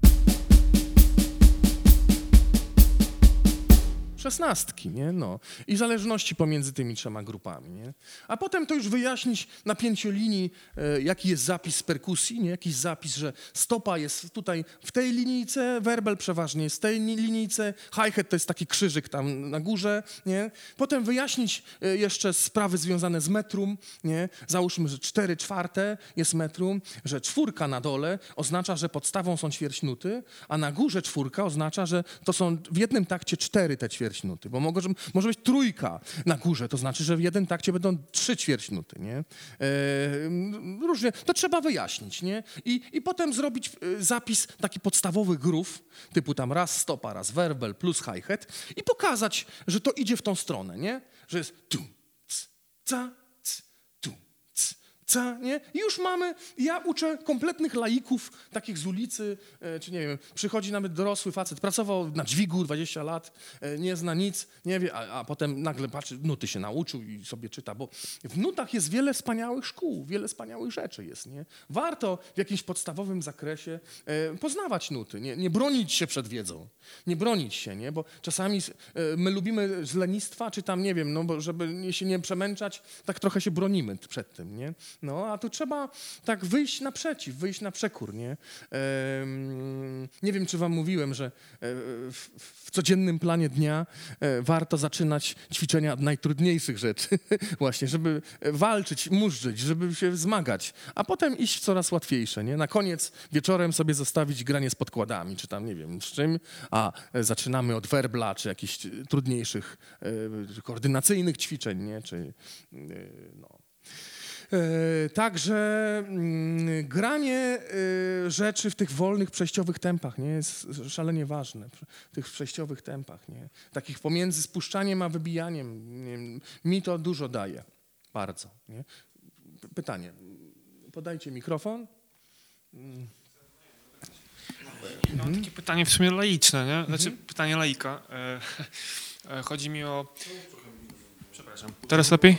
szesnastki, nie? No. I zależności pomiędzy tymi trzema grupami, nie? A potem to już wyjaśnić na pięciolinii, e, jaki jest zapis z perkusji, nie? Jakiś zapis, że stopa jest tutaj w tej linijce, werbel przeważnie jest w tej ni- linijce, hi-hat to jest taki krzyżyk tam na górze, nie? Potem wyjaśnić e, jeszcze sprawy związane z metrum, nie? Załóżmy, że cztery czwarte jest metrum, że czwórka na dole oznacza, że podstawą są ćwierćnuty, a na górze czwórka oznacza, że to są w jednym takcie cztery te ćwierćnuty. Bo może, może być trójka na górze, to znaczy, że w jednym takcie będą trzy ćwierćnuty, nie? E, różnie, to trzeba wyjaśnić, nie? I, i potem zrobić e, zapis taki podstawowy groove, typu tam raz stopa, raz werbel plus hi-hat i pokazać, że to idzie w tą stronę, nie? Że jest tu, c, ca, c, tu, c, ca, nie? I już mamy, ja uczę kompletnych laików, takich z ulicy, e, czy nie wiem, przychodzi nawet dorosły facet, pracował na dźwigu dwadzieścia lat, e, nie zna nic, nie wie, a, a potem nagle patrzy, nuty się nauczył i sobie czyta, bo w nutach jest wiele wspaniałych szkół, wiele wspaniałych rzeczy jest, nie? Warto w jakimś podstawowym zakresie e, poznawać nuty, nie, nie bronić się przed wiedzą, nie bronić się, nie? Bo czasami e, my lubimy z lenistwa, czy tam, nie wiem, no bo żeby się nie przemęczać, tak trochę się bronimy przed tym, nie? No, a tu trzeba tak wyjść naprzeciw, wyjść na przekór, nie? Ehm, nie wiem, czy wam mówiłem, że e, w, w codziennym planie dnia e, warto zaczynać ćwiczenia od najtrudniejszych rzeczy, właśnie, żeby walczyć, murzyć, żeby się zmagać, a potem iść w coraz łatwiejsze, nie? Na koniec wieczorem sobie zostawić granie z podkładami, czy tam, nie wiem, z czym, a e, zaczynamy od werbla, czy jakichś trudniejszych e, koordynacyjnych ćwiczeń, nie? Czy, e, no... E, Także mm, granie e, rzeczy w tych wolnych, przejściowych tempach, nie, jest szalenie ważne, w tych przejściowych tempach, nie, takich pomiędzy spuszczaniem a wybijaniem, nie, mi to dużo daje, bardzo, nie. Pytanie, podajcie mikrofon. Mam takie pytanie w sumie laiczne, nie? Znaczy pytanie laika. E, e, chodzi mi o... Przepraszam. Teraz lepiej?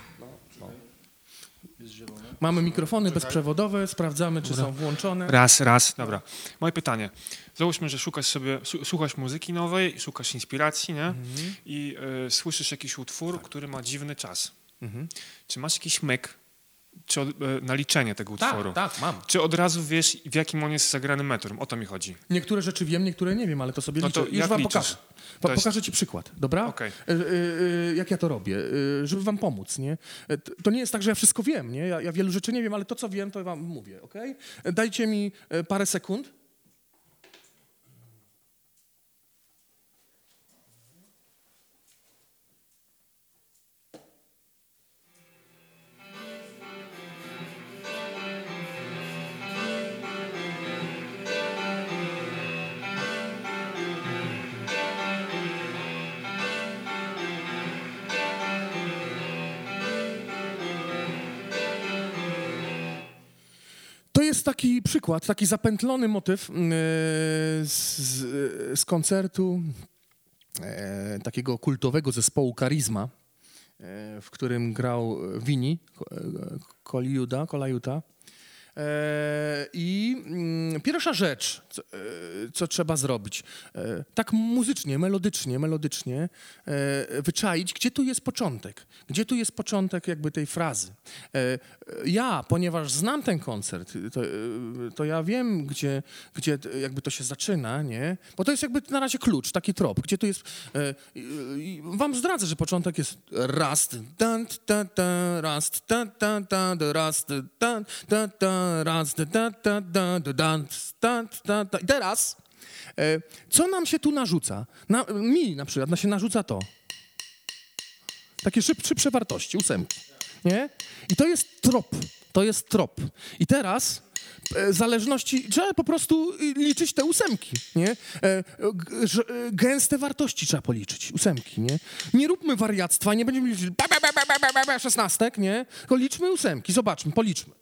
Mamy mikrofony bezprzewodowe, sprawdzamy, czy są włączone. Raz, raz, dobra. Moje pytanie. Załóżmy, że szukasz sobie, su- słuchasz muzyki nowej, szukasz inspiracji, nie? Mhm. I y, słyszysz jakiś utwór, który ma dziwny czas. Mhm. Czy masz jakiś myk, czy od, e, na liczenie tego utworu. Tak, tak, mam. Czy od razu wiesz, w jakim on jest zagrany metrem? O to mi chodzi. Niektóre rzeczy wiem, niektóre nie wiem, ale to sobie No liczę. to Już jak wam liczysz? pokażę. Po, To jest- Pokażę ci przykład, dobra? Okej. E, e, e, jak ja to robię, e, żeby wam pomóc, nie? E, t- To nie jest tak, że ja wszystko wiem, nie? Ja, ja wielu rzeczy nie wiem, ale to, co wiem, to wam mówię, okej? E, Dajcie mi e, parę sekund. To jest taki przykład, taki zapętlony motyw e, z, z, z koncertu e, takiego kultowego zespołu Karizma, e, w którym grał Vini Koliuta, Kolajuta. E, I mm, pierwsza rzecz, co, e, co trzeba zrobić, e, tak muzycznie, melodycznie, melodycznie e, wyczaić, gdzie tu jest początek, gdzie tu jest początek jakby tej frazy. E, ja, ponieważ znam ten koncert, to, e, to ja wiem, gdzie, gdzie jakby to się zaczyna, nie? Bo to jest jakby na razie klucz, taki trop, gdzie tu jest... E, i wam zdradzę, że początek jest raz, tan, ta, ta, raz, ta, ta, ta, raz, ta, ta, ta, raz, ta, ta, ta, ta, ta, ta, ta, ta. I teraz, e, co nam się tu narzuca? Na, mi na przykład na się narzuca to. Takie szyb, szybsze wartości, ósemki. Nie? I to jest trop. To jest trop. I teraz e, zależności, trzeba po prostu liczyć te ósemki, nie? E, g, że, e, gęste wartości trzeba policzyć, ósemki, nie? Nie róbmy wariactwa, nie będziemy liczyć ba, ba, ba, ba, ba, ba, ba, szesnastek, nie? Tylko liczmy ósemki, zobaczmy, policzmy.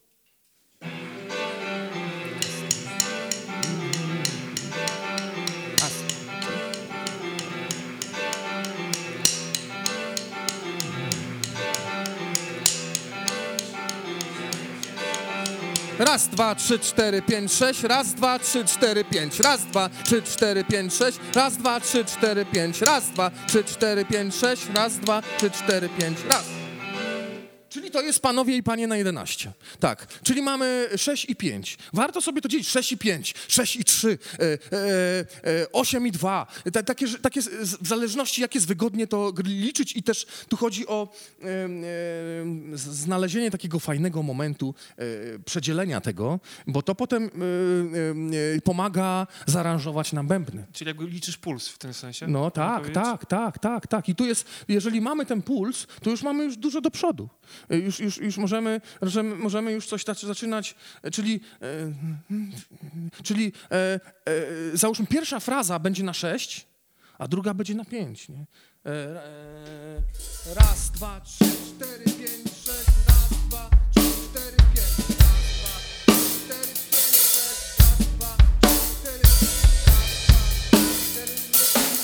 Raz, dwa, trzy, cztery, pięć, sześć. Raz, dwa, trzy, cztery, pięć. Raz, dwa, trzy, cztery, pięć, sześć. Raz, dwa, trzy, cztery, pięć. Raz, dwa, trzy, cztery, pięć, sześć. Raz, dwa, trzy, cztery, pięć. Raz. Czyli to jest panowie i panie na jedenaście. Tak, czyli mamy sześć i pięć. Warto sobie to dzielić. sześć i pięć, sześć i trzy, e, e, e, osiem i dwa. Ta, takie, takie w zależności jak jest wygodnie to liczyć i też tu chodzi o e, e, znalezienie takiego fajnego momentu e, przedzielenia tego, bo to potem e, e, pomaga zaaranżować nam bębny. Czyli jakby liczysz puls w tym sensie? No można tak, powiedzieć? tak, tak, tak, tak. I tu jest, jeżeli mamy ten puls, to już mamy już dużo do przodu. Już, już, już możemy, możemy, możemy już coś zaczynać, czyli, e, czyli e, e, załóżmy pierwsza fraza będzie na sześć, a druga będzie na pięć. Nie? E, e, raz, dwa, trzy, cztery, pięć, sześć, raz, dwa, trzy, cztery, pięć, raz, dwa, trzy, cztery, pięć, sześć, raz, dwa, trzy, cztery, pięć, raz, dwa, cztery,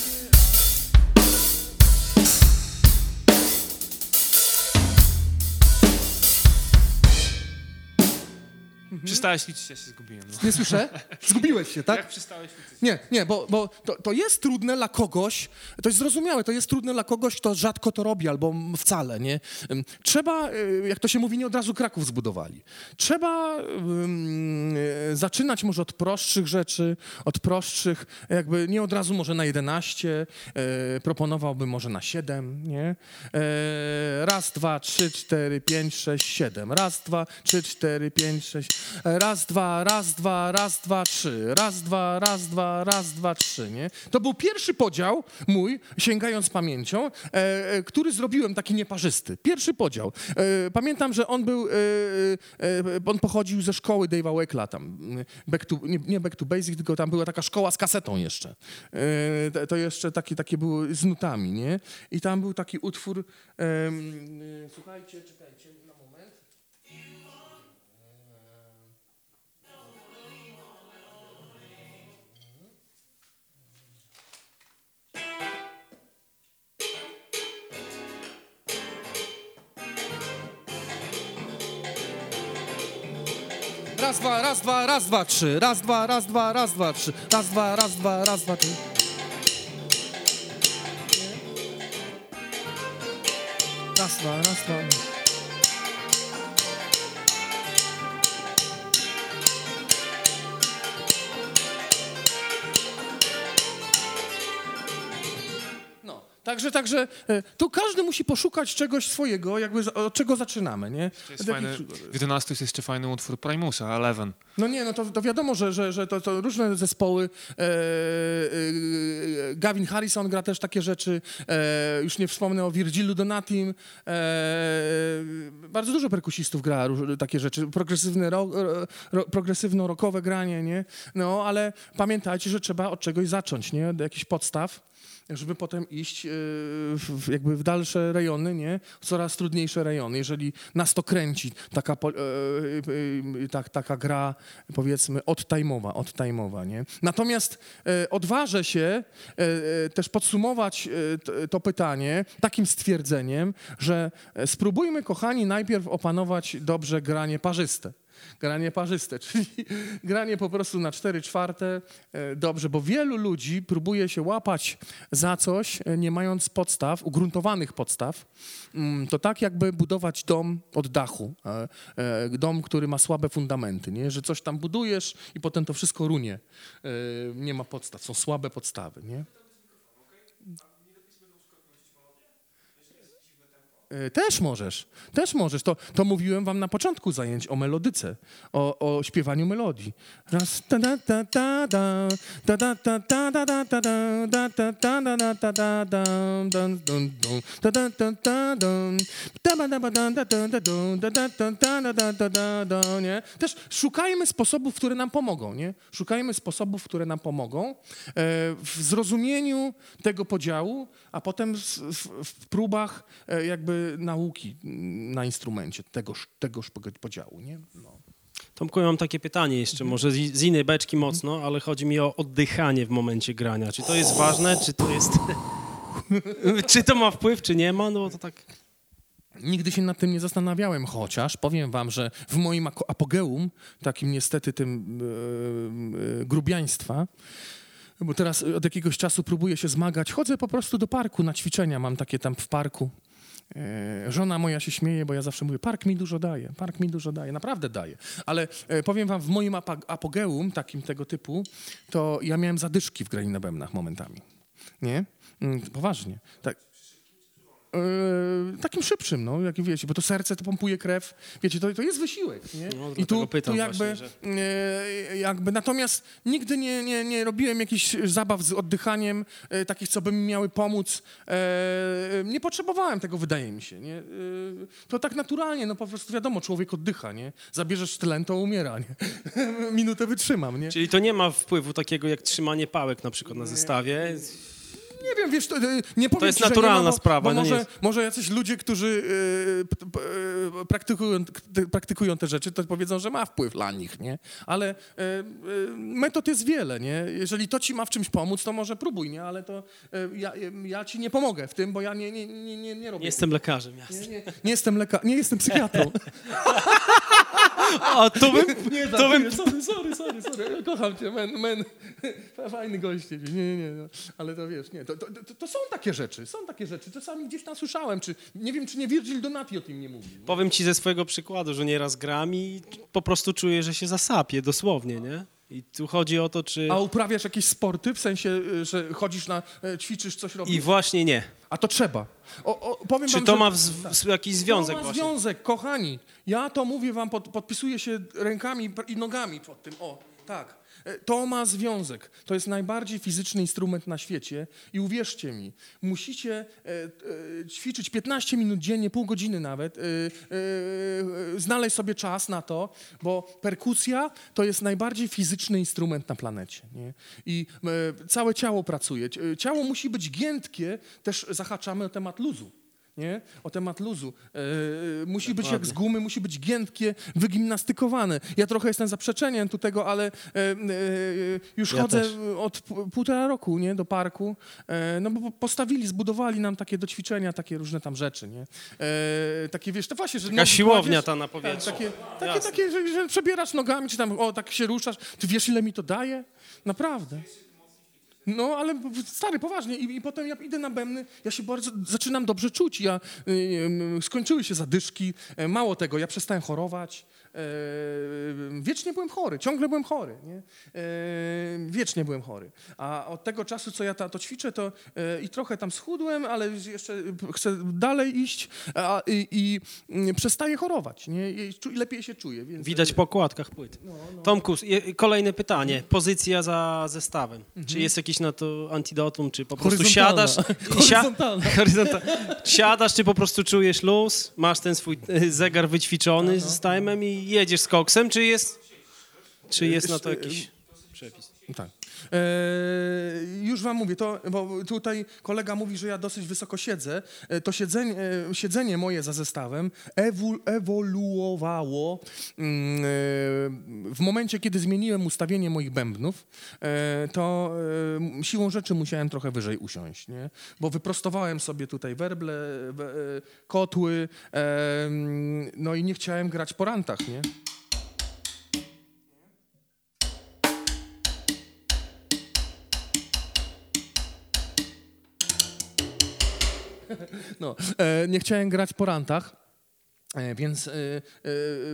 Przestałeś liczyć, ja się zgubiłem. No. Nie słyszę? Zgubiłeś się, tak? Jak przestałeś liczyć? Nie, nie, bo, bo to, to jest trudne dla kogoś, to jest zrozumiałe, to jest trudne dla kogoś, kto rzadko to robi albo wcale, nie? Ym, Trzeba, y, jak to się mówi, nie od razu Kraków zbudowali. Trzeba ym, y, zaczynać może od prostszych rzeczy, od prostszych, jakby nie od razu może na jedenaście, y, proponowałbym może na siedem, nie? Y, raz, dwa, trzy, cztery, pięć, sześć, siedem. Raz, dwa, trzy, cztery, pięć, sześć. Raz, dwa, raz, dwa, raz, dwa, trzy. Raz, dwa, raz, dwa, raz, dwa, trzy, nie? To był pierwszy podział mój, sięgając pamięcią, e, e, który zrobiłem taki nieparzysty. Pierwszy podział. E, pamiętam, że on był, e, e, on pochodził ze szkoły Dave'a Weckla, tam, back to, nie, nie Back to Basic, tylko tam była taka szkoła z kasetą jeszcze. E, to jeszcze takie, takie były z nutami, nie? I tam był taki utwór, e, e, słuchajcie, czekajcie na moment. Raz, dwa, raz, dwa, raz, dwa, trzy. Raz, dwa, raz, dwa, raz, dwa, trzy. Raz, dwa, raz, dwa, raz, dwa, trzy. Raz, dwa, raz, dwa. Także, także e, tu każdy musi poszukać czegoś swojego, jakby z- od czego zaczynamy, nie? To jest Od jakich- fajny, w jedenastu jest jeszcze fajny utwór Primusa, Eleven. No nie, no to, to wiadomo, że, że, że to, to różne zespoły. E, e, Gavin Harrison gra też takie rzeczy. E, już nie wspomnę o Virgilu Donatim. E, bardzo dużo perkusistów gra róż, takie rzeczy. Progresywne ro, ro, progresywno-rockowe granie, nie? No, ale pamiętajcie, że trzeba od czegoś zacząć, nie? Od jakichś podstaw, żeby potem iść e, w, w- jakby w dalsze rejony, nie? Coraz trudniejsze rejony. Jeżeli nas to kręci, taka, po- e, e, e, tak, taka gra, powiedzmy, oddtime'owa, oddtime'owa, nie? Natomiast e, odważę się e, e, też podsumować e, t, to pytanie takim stwierdzeniem, że e, spróbujmy, kochani, najpierw opanować dobrze granie parzyste. Granie parzyste, czyli granie po prostu na cztery czwarte e, dobrze, bo wielu ludzi próbuje się łapać za coś, e, nie mając podstaw, ugruntowanych podstaw. Mm, To tak jakby budować dom od dachu, e, e, dom, który ma słabe fundamenty, nie? Że coś tam budujesz i potem to wszystko runie. E, Nie ma podstaw, są słabe podstawy, nie? E, Też możesz, też możesz. To, to mówiłem wam na początku zajęć o melodyce, o, o śpiewaniu melodii. Raz ta da ta ta da ta da ta ta da da ta da da ta ta da da ta da da dun dun dun ta da ta ta dun ta ba da ba da da da da dun da da ta ta da da da da da, nie? Też szukajmy sposobów, które nam pomogą, nie? Szukajmy sposobów, które nam pomogą e, w zrozumieniu tego podziału, a potem w, w, w próbach e, jakby nauki na instrumencie tegoż, tegoż podziału, nie? No. Tomku, ja mam takie pytanie jeszcze, może z, z innej beczki mocno, ale chodzi mi o oddychanie w momencie grania. Czy to jest ważne, czy to jest... czy to ma wpływ, czy nie ma? No bo to tak... Nigdy się nad tym nie zastanawiałem, chociaż powiem wam, że w moim ako- apogeum, takim niestety tym e, e, grubiaństwa, bo teraz od jakiegoś czasu próbuję się zmagać, chodzę po prostu do parku na ćwiczenia, mam takie tam w parku. E, Żona moja się śmieje, bo ja zawsze mówię, park mi dużo daje, park mi dużo daje, naprawdę daje. Ale e, powiem wam, w moim apa- apogeum, takim tego typu, to ja miałem zadyszki w graniu na bębnach momentami. Nie? Mm, Poważnie. Tak. E, takim szybszym, no, jak wiecie, bo to serce to pompuje krew, wiecie, to, to jest wysiłek, nie? No, I dlatego tu, pytam tu jakby, właśnie, e, jakby, natomiast nigdy nie, nie, nie robiłem jakichś zabaw z oddychaniem, e, takich, co by mi miały pomóc. E, nie potrzebowałem tego, wydaje mi się, nie? E, to tak naturalnie, no po prostu wiadomo, człowiek oddycha, nie? Zabierzesz tlen, to umiera, nie? Minutę wytrzymam, nie? Czyli to nie ma wpływu takiego jak trzymanie pałek na przykład na zestawie? Nie wiem, wiesz, to, e, nie powiem jest ci, że naturalna nie ma, bo, sprawa, Bo no nie może, jest. może jacyś ludzie, którzy e, p- p- e, praktykują, te, praktykują te rzeczy, to powiedzą, że ma wpływ dla nich, nie? Ale e, e, metod jest wiele, nie? Jeżeli to ci ma w czymś pomóc, to może próbuj, nie? Ale to e, ja, ja ci nie pomogę w tym, bo ja nie, nie, nie, nie, nie robię. Nie jestem lekarzem, jasne. nie, nie, nie jestem leka- nie jestem psychiatrą. A to bym... Nie, to bym... sorry, sorry, sorry, sorry, ja kocham cię, men, men. Fajny goście, nie, nie, nie, no. Ale to wiesz, nie, to, to, to, to są takie rzeczy, są takie rzeczy, czasami gdzieś tam słyszałem, czy, nie wiem, czy nie Virgil Donati o tym nie mówił. Powiem ci ze swojego przykładu, że nieraz gram i po prostu czuję, że się zasapię, dosłownie, nie? I tu chodzi o to, czy... A uprawiasz jakieś sporty, w sensie, y, że chodzisz na, y, ćwiczysz, coś robisz? I właśnie nie. A to trzeba. O, o, powiem Czy wam, to że... ma w, w, jakiś związek To ma właśnie? związek, kochani. Ja to mówię wam, pod, podpisuję się rękami i nogami pod tym. O, tak. E, To ma związek. To jest najbardziej fizyczny instrument na świecie i uwierzcie mi, musicie e, e, ćwiczyć piętnaście minut dziennie, pół godziny nawet, e, e, znaleźć sobie czas na to, bo perkusja to jest najbardziej fizyczny instrument na planecie. Nie? I e, całe ciało pracuje. Cie- Ciało musi być giętkie, też zahaczamy o temat luzu. Nie? O temat luzu. E, musi być jak z gumy, musi być giętkie, wygimnastykowane. Ja trochę jestem zaprzeczeniem tu tego, ale e, e, już Ja chodzę też. od p- półtora roku, nie, do parku, e, no bo postawili, zbudowali nam takie do ćwiczenia, takie różne tam rzeczy, nie? E, takie, wiesz, to właśnie, że... Taka nogi siłownia kładziesz, ta na tak, powietrzu. takie, takie, Jasne. takie że, że przebierasz nogami, czy tam, o, tak się ruszasz. Ty wiesz, ile mi to daje? Naprawdę. No, ale stary, poważnie. I, I potem ja idę na bębny, ja się bardzo zaczynam dobrze czuć. Ja, y, y, skończyły się zadyszki. E, Mało tego, ja przestałem chorować. wiecznie byłem chory, ciągle byłem chory, nie? Wiecznie byłem chory. A od tego czasu, co ja ta, to ćwiczę, to i trochę tam schudłem, ale jeszcze chcę dalej iść a, i, i przestaję chorować, nie? I czu, lepiej się czuję. Więc... Widać po okładkach płyt. No, no. Tomku, je- kolejne pytanie. Pozycja za zestawem. Mhm. Czy jest jakieś na to antidotum, czy po prostu Horyzontalna. siadasz... Horyzontalna. Horyzontalna. Siadasz, czy po prostu czujesz luz, masz ten swój e, zegar wyćwiczony z time'em i jedziesz z koksem, czy jest, czy jest na to jakiś przepis? Tak. E, już wam mówię, to, bo tutaj kolega mówi, że ja dosyć wysoko siedzę. E, to siedzenie, e, siedzenie moje za zestawem ewu, ewoluowało mm, e, w momencie, kiedy zmieniłem ustawienie moich bębnów, e, to e, siłą rzeczy musiałem trochę wyżej usiąść, nie? Bo wyprostowałem sobie tutaj werble, we, e, kotły, e, no i nie chciałem grać po rantach, nie? No, e, nie chciałem grać po rantach, e, więc e, e, e,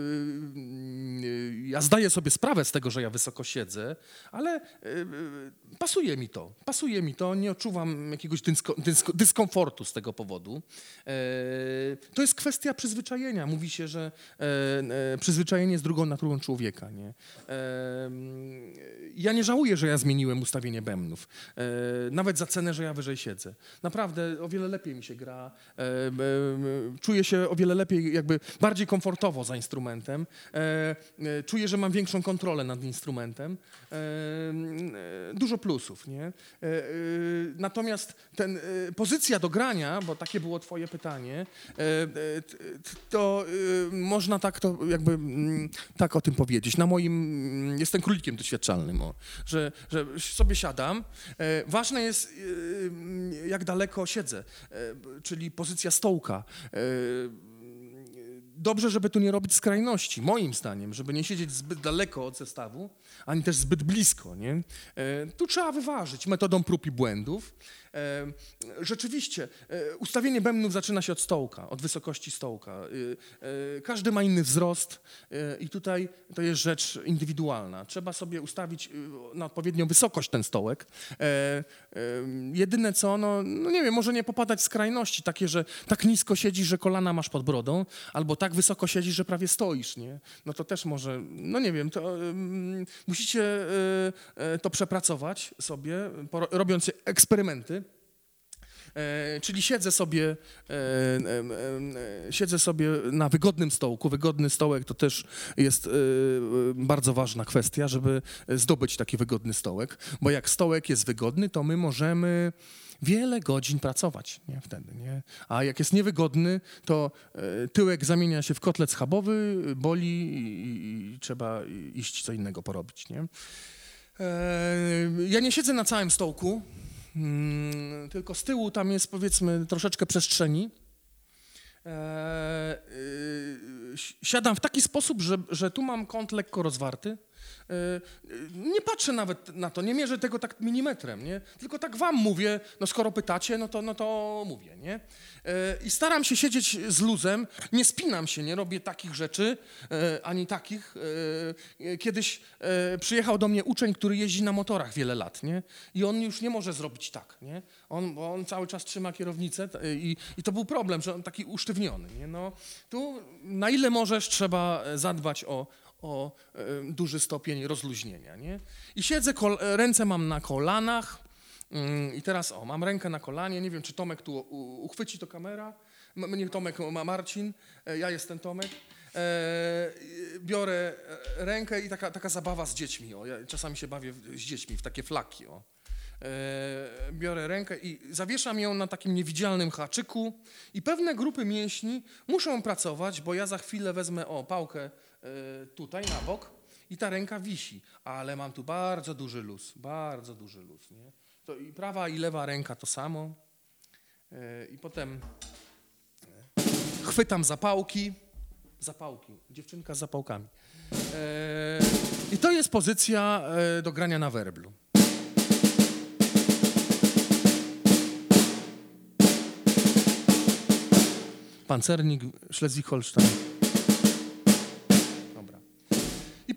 ja zdaję sobie sprawę z tego, że ja wysoko siedzę, ale e, e, pasuje mi to, pasuje mi to, nie odczuwam jakiegoś dysko, dysko, dyskomfortu z tego powodu. E, to jest kwestia przyzwyczajenia. Mówi się, że e, e, przyzwyczajenie jest drugą naturą człowieka, nie? E, ja nie żałuję, że ja zmieniłem ustawienie bębnów, e, nawet za cenę, że ja wyżej siedzę. Naprawdę o wiele lepiej mi się gra, e, e, czuję się o wiele lepiej, jakby bardziej komfortowo za instrumentem, e, e, czuję, że mam większą kontrolę nad instrumentem, e, e, dużo plusów, nie? E, e, natomiast ten, e, pozycja do grania, bo takie było twoje pytanie, e, e, to e, można tak to jakby m, tak o tym powiedzieć. Na moim, jestem królikiem doświadczalnym, o, że, że sobie siadam. E, ważne jest, e, jak daleko siedzę, e, czyli pozycja stołka. E, Dobrze, żeby tu nie robić skrajności, moim zdaniem, żeby nie siedzieć zbyt daleko od zestawu, ani też zbyt blisko, nie? E, tu trzeba wyważyć metodą prób i błędów. E, rzeczywiście, e, ustawienie bębnów zaczyna się od stołka, od wysokości stołka. E, e, każdy ma inny wzrost e, i tutaj to jest rzecz indywidualna. Trzeba sobie ustawić e, na odpowiednią wysokość ten stołek. E, e, jedyne co, no, no nie wiem, może nie popadać w skrajności, takie, że tak nisko siedzisz, że kolana masz pod brodą, albo tak wysoko siedzisz, że prawie stoisz, nie? No to też może, no nie wiem, to um, musicie y, y, to przepracować sobie, po, robiąc eksperymenty. E, czyli siedzę sobie, e, e, e, siedzę sobie na wygodnym stołku. Wygodny stołek to też jest e, bardzo ważna kwestia, żeby zdobyć taki wygodny stołek, bo jak stołek jest wygodny, to my możemy wiele godzin pracować, nie? Wtedy, nie? A jak jest niewygodny, to e, tyłek zamienia się w kotlet schabowy, boli i, i trzeba iść co innego porobić, nie? E, ja nie siedzę na całym stołku, Hmm, tylko z tyłu tam jest, powiedzmy, troszeczkę przestrzeni. E, y, siadam w taki sposób, że, że tu mam kąt lekko rozwarty. E, nie patrzę nawet na to, nie mierzę tego tak milimetrem, nie? Tylko tak wam mówię, no skoro pytacie, no to, no to mówię, nie? E, I staram się siedzieć z luzem, nie spinam się, nie robię takich rzeczy, e, ani takich. E, kiedyś e, przyjechał do mnie uczeń, który jeździ na motorach wiele lat, nie? I on już nie może zrobić tak, nie? On, bo on cały czas trzyma kierownicę i, i to był problem, że on taki usztywniony, nie? No, tu na ile możesz, trzeba zadbać o o e, duży stopień rozluźnienia, nie? I siedzę, kol- ręce mam na kolanach mm, i teraz o, mam rękę na kolanie, nie wiem, czy Tomek tu u- uchwyci to kamera, M- nie Tomek, ma Marcin, e, ja jestem Tomek, e, biorę rękę i taka, taka zabawa z dziećmi, o, ja czasami się bawię w, z dziećmi w takie flaki, o. E, biorę rękę i zawieszam ją na takim niewidzialnym haczyku i pewne grupy mięśni muszą pracować, bo ja za chwilę wezmę, o, pałkę tutaj na bok i ta ręka wisi, ale mam tu bardzo duży luz, bardzo duży luz, nie? To i prawa i lewa ręka to samo i potem chwytam zapałki, zapałki, dziewczynka z zapałkami i to jest pozycja do grania na werblu. Pancernik Schleswig-Holstein. Dobra.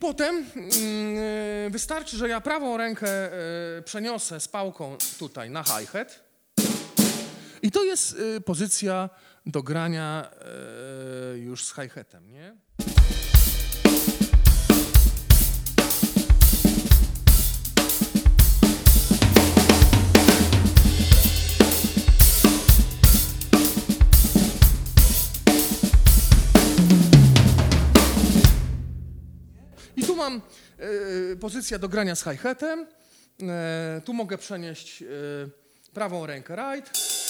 potem yy, wystarczy, że ja prawą rękę yy, przeniosę z pałką tutaj na hi-hat i to jest yy, pozycja do grania yy, już z hi-hatem, nie? Tu mam y, pozycję do grania z hi-hatem, y, tu mogę przenieść y, prawą rękę right.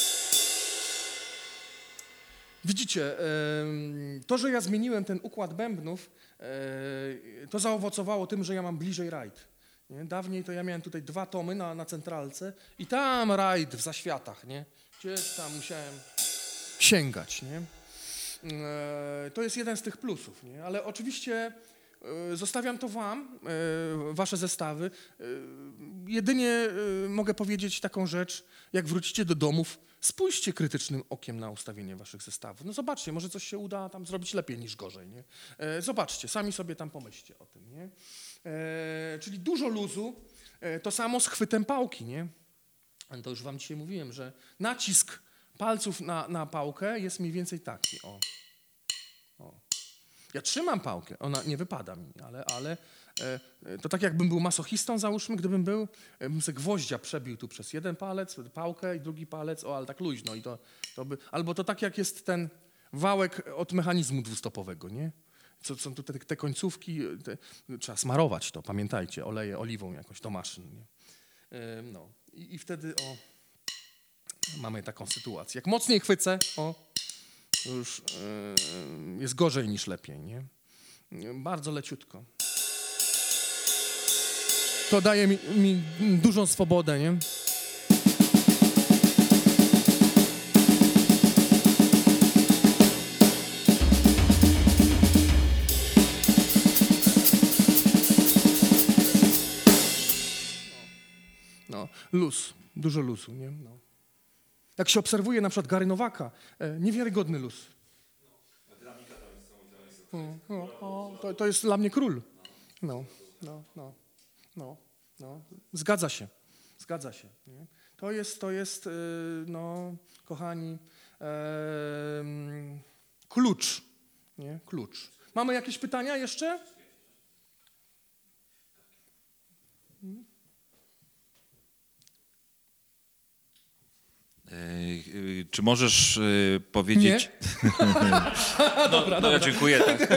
Widzicie, y, to, że ja zmieniłem ten układ bębnów, y, to zaowocowało tym, że ja mam bliżej right. Nie? Dawniej to ja miałem tutaj dwa tomy na, na centralce i tam right w zaświatach, nie? Gdzieś tam musiałem sięgać, nie? Y, to jest jeden z tych plusów, nie? Ale oczywiście zostawiam to wam, wasze zestawy. Jedynie mogę powiedzieć taką rzecz, jak wrócicie do domów, spójrzcie krytycznym okiem na ustawienie waszych zestawów. No zobaczcie, może coś się uda tam zrobić lepiej niż gorzej, nie? Zobaczcie, sami sobie tam pomyślcie o tym, nie? Czyli dużo luzu, to samo z chwytem pałki, nie? To już wam dzisiaj mówiłem, że nacisk palców na, na pałkę jest mniej więcej taki, o. o. Ja trzymam pałkę, ona nie wypada mi, ale, ale e, to tak jakbym był masochistą, załóżmy, gdybym był, bym sobie gwoździa przebił tu przez jeden palec, pałkę i drugi palec, o, ale tak luźno i to, to by, albo to tak jak jest ten wałek od mechanizmu dwustopowego, nie? Co są tu te, te końcówki, te, trzeba smarować to, pamiętajcie, oleje oliwą jakoś do maszyn, nie? E, no i, i wtedy, o, mamy taką sytuację. Jak mocniej chwycę, o, już yy, jest gorzej niż lepiej, nie? Bardzo leciutko. To daje mi, mi dużą swobodę, nie? No, no luz, dużo luzu, nie? No. Jak się obserwuje na przykład Gary Nowaka, e, niewiarygodny luz. O, o, o, to, to jest dla mnie król. No, no, no, no, no. Zgadza się, zgadza się. Nie? To jest, to jest, yy, no, kochani, yy, klucz, nie? Klucz. Mamy jakieś pytania jeszcze? Hmm? Yy, czy możesz yy, powiedzieć... no, dobra, no, dobra. Dziękuję. Tak.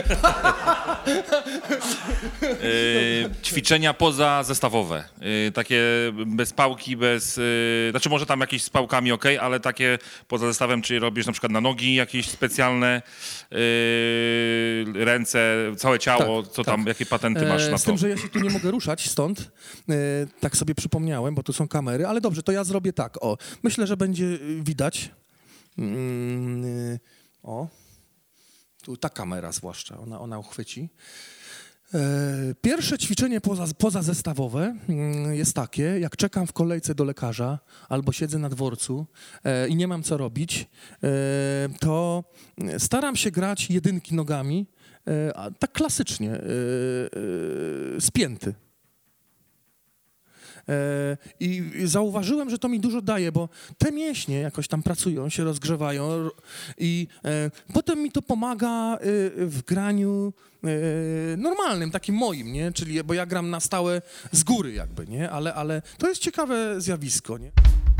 yy, ćwiczenia pozazestawowe. Yy, takie bez pałki, bez... Yy, znaczy może tam jakieś z pałkami ok, ale takie poza zestawem, czyli robisz na przykład na nogi jakieś specjalne, yy, ręce, całe ciało, tak, co tam, tak. Jakie patenty masz na to? Z tym, że ja się tu nie mogę ruszać stąd, yy, tak sobie przypomniałem, bo tu są kamery, ale dobrze, to ja zrobię tak, o. Myślę, że będzie widać. Yy, o, tu ta kamera zwłaszcza, ona, ona uchwyci. Yy, pierwsze ćwiczenie poza, pozazestawowe yy, jest takie, jak czekam w kolejce do lekarza albo siedzę na dworcu yy, i nie mam co robić, yy, to staram się grać jedynki nogami, yy, a tak klasycznie, yy, yy, spięty. I zauważyłem, że to mi dużo daje, bo te mięśnie jakoś tam pracują, się rozgrzewają i potem mi to pomaga w graniu normalnym, takim moim, nie? Czyli, bo ja gram na stałe z góry jakby, nie? Ale, ale to jest ciekawe zjawisko, nie?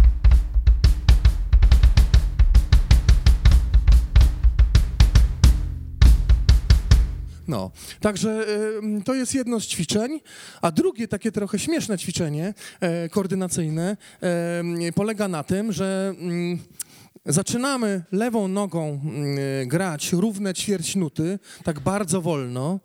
No, także y, to jest jedno z ćwiczeń, a drugie takie trochę śmieszne ćwiczenie y, koordynacyjne y, polega na tym, że y, zaczynamy lewą nogą y, grać równe ćwierćnuty, tak bardzo wolno.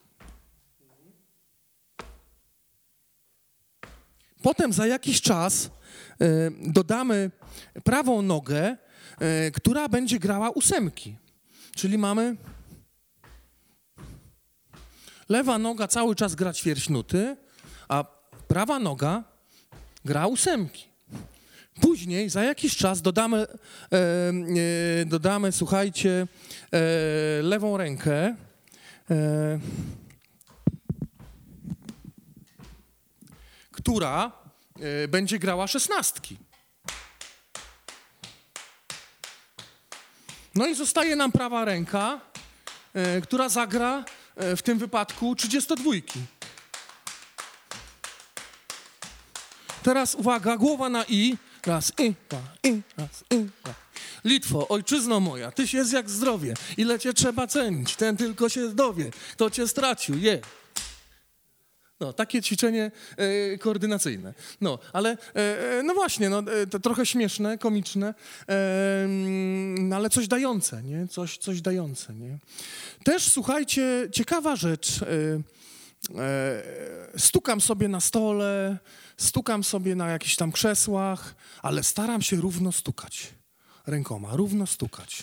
Potem za jakiś czas y, dodamy prawą nogę, y, która będzie grała ósemki, czyli mamy... Lewa noga cały czas gra ćwierćnuty, a prawa noga gra ósemki. Później, za jakiś czas dodamy, e, e, dodamy słuchajcie, e, lewą rękę. E, która y, będzie grała szesnastki. No i zostaje nam prawa ręka, y, która zagra y, w tym wypadku trzydziestodwójki. Teraz uwaga, głowa na i. Raz i, dwa, i, raz i, dwa. Litwo, ojczyzno moja, tyś jest jak zdrowie. Ile cię trzeba cenić, ten tylko się dowie. Kto cię stracił, je. No, takie ćwiczenie e, koordynacyjne. No, ale e, no właśnie, no, e, to trochę śmieszne, komiczne, e, no, ale coś dające, nie? Coś, coś dające, nie? Też, słuchajcie, ciekawa rzecz. E, e, stukam sobie na stole, stukam sobie na jakichś tam krzesłach, ale staram się równo stukać. Rękoma, równo stukać.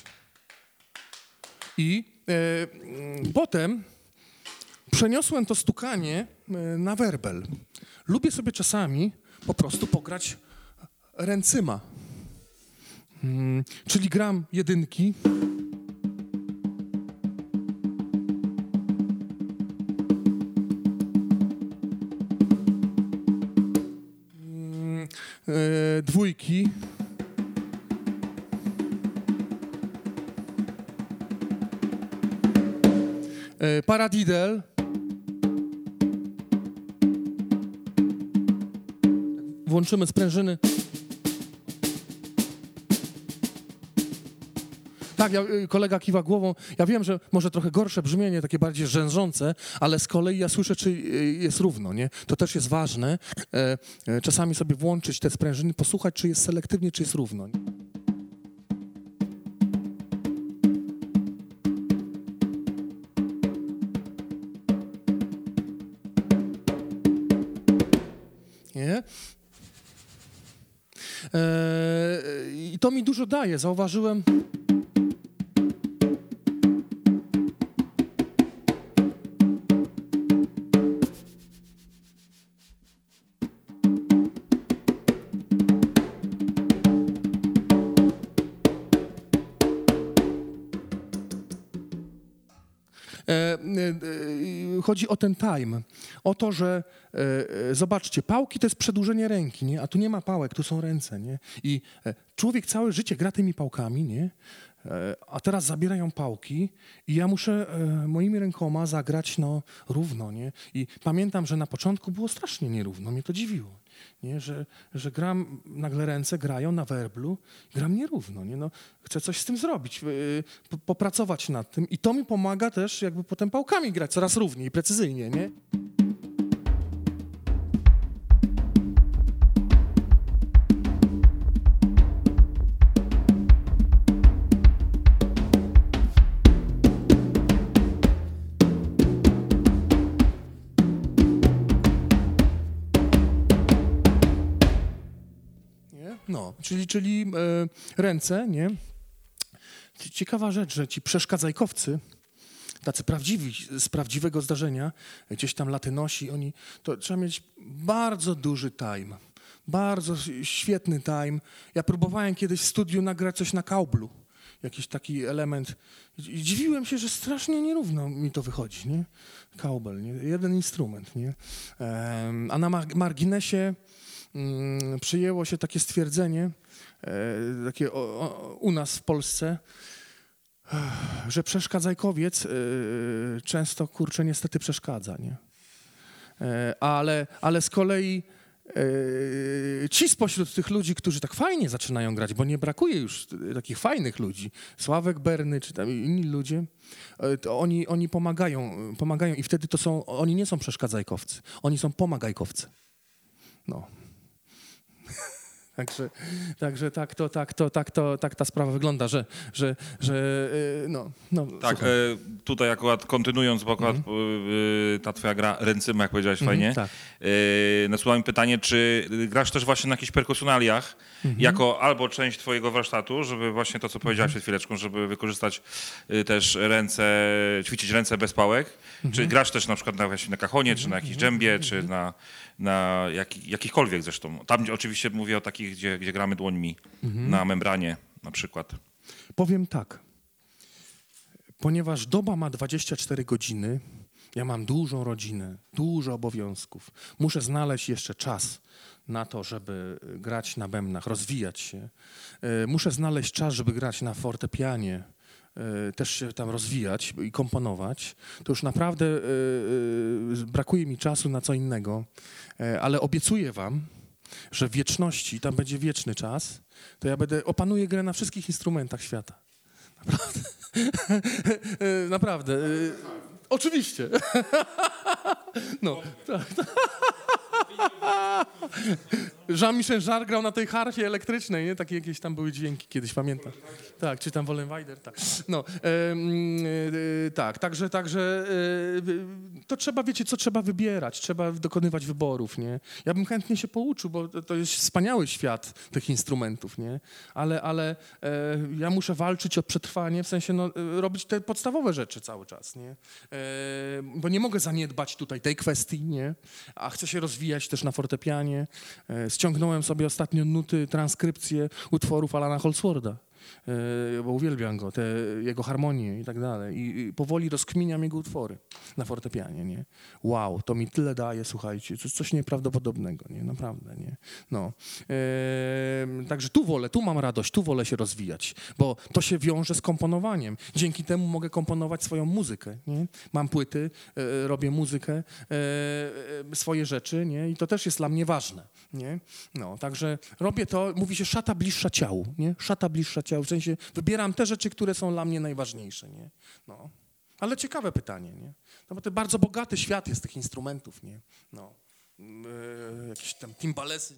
I e, potem przeniosłem to stukanie na werbel. Lubię sobie czasami po prostu pograć ręcyma. Hmm, czyli gram jedynki. Hmm, e, dwójki. E, paradidel. Włączymy sprężyny. Tak, ja, kolega kiwa głową. Ja wiem, że może trochę gorsze brzmienie, takie bardziej rzężące, ale z kolei ja słyszę, czy jest równo, nie? To też jest ważne. E, e, czasami sobie włączyć te sprężyny, posłuchać, czy jest selektywnie, czy jest równo. Nie? Nie? I to mi dużo daje, zauważyłem. Chodzi o ten time, o to, że e, zobaczcie, pałki to jest przedłużenie ręki, nie? A tu nie ma pałek, tu są ręce, nie? I e, człowiek całe życie gra tymi pałkami, nie? E, a teraz zabierają pałki i ja muszę e, moimi rękoma zagrać no, równo, nie? I pamiętam, że na początku było strasznie nierówno, mnie to dziwiło, nie? Że, że gram, nagle ręce grają na werblu, gram nierówno, nie? No, chcę coś z tym zrobić, e, popracować nad tym i to mi pomaga też jakby potem pałkami grać coraz równiej, precyzyjnie, nie? No, czyli, czyli e, ręce, nie? Ciekawa rzecz, że ci przeszkadzajkowcy, tacy prawdziwi, z prawdziwego zdarzenia, gdzieś tam latynosi, oni, to trzeba mieć bardzo duży time, bardzo świetny time. Ja próbowałem kiedyś w studiu nagrać coś na kaublu, jakiś taki element. I dziwiłem się, że strasznie nierówno mi to wychodzi, nie? Kaubel, nie? Jeden instrument, nie? Um, a na mar- marginesie um, przyjęło się takie stwierdzenie, e, takie o, o, u nas w Polsce, że przeszkadzajkowiec y, często, kurczę, niestety przeszkadza, nie? Y, ale, ale z kolei y, ci spośród tych ludzi, którzy tak fajnie zaczynają grać, bo nie brakuje już takich fajnych ludzi, Sławek Berny czy tam inni ludzie, y, to oni, oni pomagają, pomagają i wtedy to są, oni nie są przeszkadzajkowcy, oni są pomagajkowcy. No. Także, także tak, to, tak, to, tak, to, tak ta sprawa wygląda, że, że, że no, no tak, e, tutaj akurat kontynuując, bo akurat mm. e, ta twoja gra ręcyma, jak powiedziałeś, mm, fajnie, tak. e, nasuwa mi pytanie, czy grasz też właśnie na jakichś perkusjonaliach, mm-hmm. jako albo część twojego warsztatu, żeby właśnie to, co powiedziałeś mm-hmm. przed chwileczką, żeby wykorzystać e, też ręce, ćwiczyć ręce bez pałek, mm-hmm. czy grasz też na przykład na, na kachonie, mm-hmm. czy na jakiejś dżembie, mm-hmm. czy na, na jak, jakichkolwiek zresztą. Tam oczywiście mówię o takich, Gdzie, gdzie gramy dłońmi mhm. na membranie na przykład. Powiem tak, ponieważ doba ma dwadzieścia cztery godziny Ja mam dużą rodzinę, dużo obowiązków. Muszę znaleźć jeszcze czas na to, żeby grać na bębnach, rozwijać się. Muszę znaleźć czas, żeby grać na fortepianie, też się tam rozwijać i komponować. To już naprawdę brakuje mi czasu na co innego, ale obiecuję wam, że w wieczności, tam będzie wieczny czas, to ja będę, opanuję grę na wszystkich instrumentach świata. Naprawdę. Naprawdę. Oczywiście. No. Jean-Michel Jarre grał na tej harfie elektrycznej, nie? Takie jakieś tam były dźwięki kiedyś, pamiętam. Tak, czy tam Wollenweider, tak. No, e, e, tak, także, także e, to trzeba, wiecie, co trzeba wybierać, trzeba dokonywać wyborów, nie? Ja bym chętnie się pouczył, bo to, to jest wspaniały świat tych instrumentów, nie? Ale, ale e, ja muszę walczyć o przetrwanie, w sensie no, robić te podstawowe rzeczy cały czas, nie? E, bo nie mogę zaniedbać tutaj tej kwestii, nie? A chcę się rozwijać też na fortepianie. E, ściągnąłem sobie ostatnio nuty, transkrypcje utworów Alana Holdswortha, e, bo uwielbiam go, te jego harmonie i tak dalej. I, i powoli rozkminiam jego utwory na fortepianie, nie? Wow, to mi tyle daje, słuchajcie, coś, coś nieprawdopodobnego, nie? Naprawdę, nie? No. E, także tu wolę, tu mam radość, tu wolę się rozwijać, bo to się wiąże z komponowaniem. Dzięki temu mogę komponować swoją muzykę, nie? Mam płyty, e, robię muzykę, e, e, swoje rzeczy, nie? I to też jest dla mnie ważne, nie? No, także robię to, mówi się szata bliższa ciału, nie? Szata bliższa ciału, w sensie wybieram te rzeczy, które są dla mnie najważniejsze, nie? No. Ale ciekawe pytanie, nie? No bo to bardzo bogaty świat jest tych instrumentów, nie? No. Yy, jakieś tam timbalesy.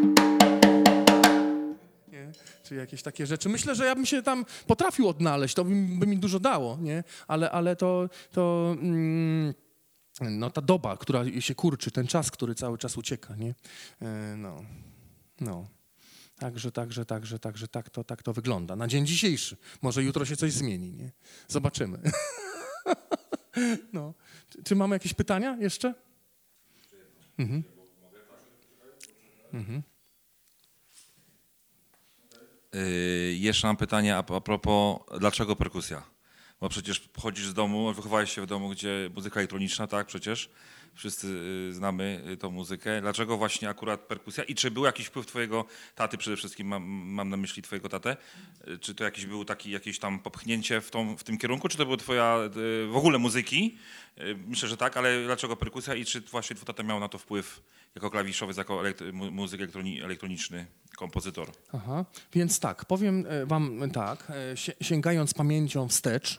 Nie? Czy jakieś takie rzeczy. Myślę, że ja bym się tam potrafił odnaleźć, to by, by mi dużo dało, nie? Ale, ale to... to mm, no ta doba, która się kurczy, ten czas, który cały czas ucieka, nie? Yy, no. No. Także, także, także, także tak to, tak to wygląda. Na dzień dzisiejszy. Może jutro się coś zmieni, nie? Zobaczymy. No. Czy, czy mamy jakieś pytania jeszcze? Mhm. Mhm. Yy, jeszcze mam pytanie a, a propos, dlaczego perkusja? Bo przecież pochodzisz z domu, wychowałeś się w domu, gdzie muzyka elektroniczna, tak, przecież wszyscy y, znamy y, tą muzykę. Dlaczego właśnie akurat perkusja? I czy był jakiś wpływ twojego taty, przede wszystkim mam, mam na myśli twojego tatę? Y, czy to jakiś był taki, jakieś tam popchnięcie w, tą, w tym kierunku, czy to była twoja y, w ogóle muzyki? Y, myślę, że tak, ale dlaczego perkusja i czy właśnie twój tata miał na to wpływ jako klawiszowiec, jako elektry, mu, muzyk elektroni, elektroniczny, kompozytor? Aha, więc tak, powiem wam tak, sięgając pamięcią wstecz,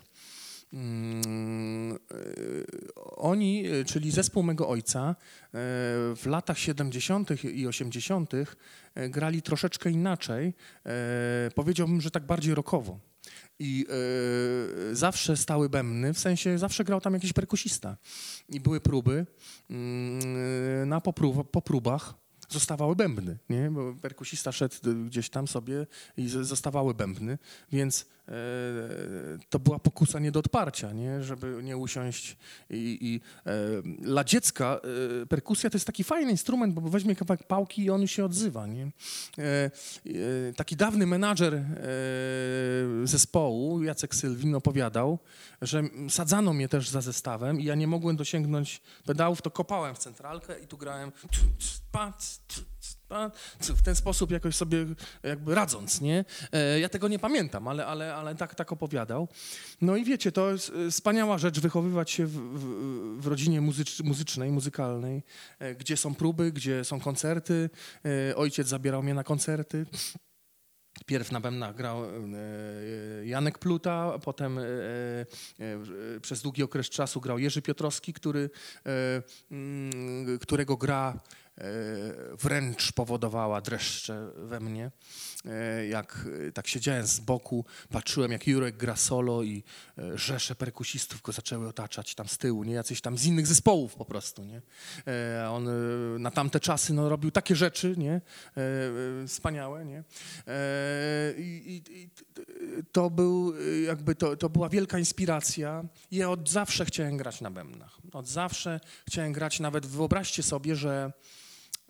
oni, czyli zespół mego ojca, w latach siedemdziesiątych i osiemdziesiątych grali troszeczkę inaczej, powiedziałbym, że tak bardziej rockowo. I y, zawsze stały bębny, w sensie zawsze grał tam jakiś perkusista. I były próby, y, na poprób, po próbach zostawały bębny, nie? Bo perkusista szedł gdzieś tam sobie i zostawały bębny, więc e, to była pokusa nie do odparcia, nie? Żeby nie usiąść i, i e, dla dziecka e, perkusja to jest taki fajny instrument, bo weźmie kawałek pałki i on już się odzywa, nie? E, e, taki dawny menadżer e, zespołu, Jacek Sylwin, opowiadał, że sadzano mnie też za zestawem i ja nie mogłem dosięgnąć pedałów, to kopałem w centralkę i tu grałem w ten sposób jakoś sobie jakby radząc, nie? Ja tego nie pamiętam, ale, ale, ale tak, tak opowiadał. No i wiecie, to jest wspaniała rzecz wychowywać się w, w, w rodzinie muzycz, muzycznej, muzykalnej, gdzie są próby, gdzie są koncerty. Ojciec zabierał mnie na koncerty. Pierw na bębnach grał Janek Pluta, potem przez długi okres czasu grał Jerzy Piotrowski, który, którego gra wręcz powodowała dreszcze we mnie. Jak tak siedziałem z boku, patrzyłem jak Jurek gra solo i rzesze perkusistów go zaczęły otaczać tam z tyłu, nie? Jacyś tam z innych zespołów po prostu, nie? On na tamte czasy no, robił takie rzeczy, nie? Wspaniałe, nie? I, i to był jakby, to, to była wielka inspiracja. Ja od zawsze chciałem grać na bębnach. Od zawsze chciałem grać, nawet wyobraźcie sobie, że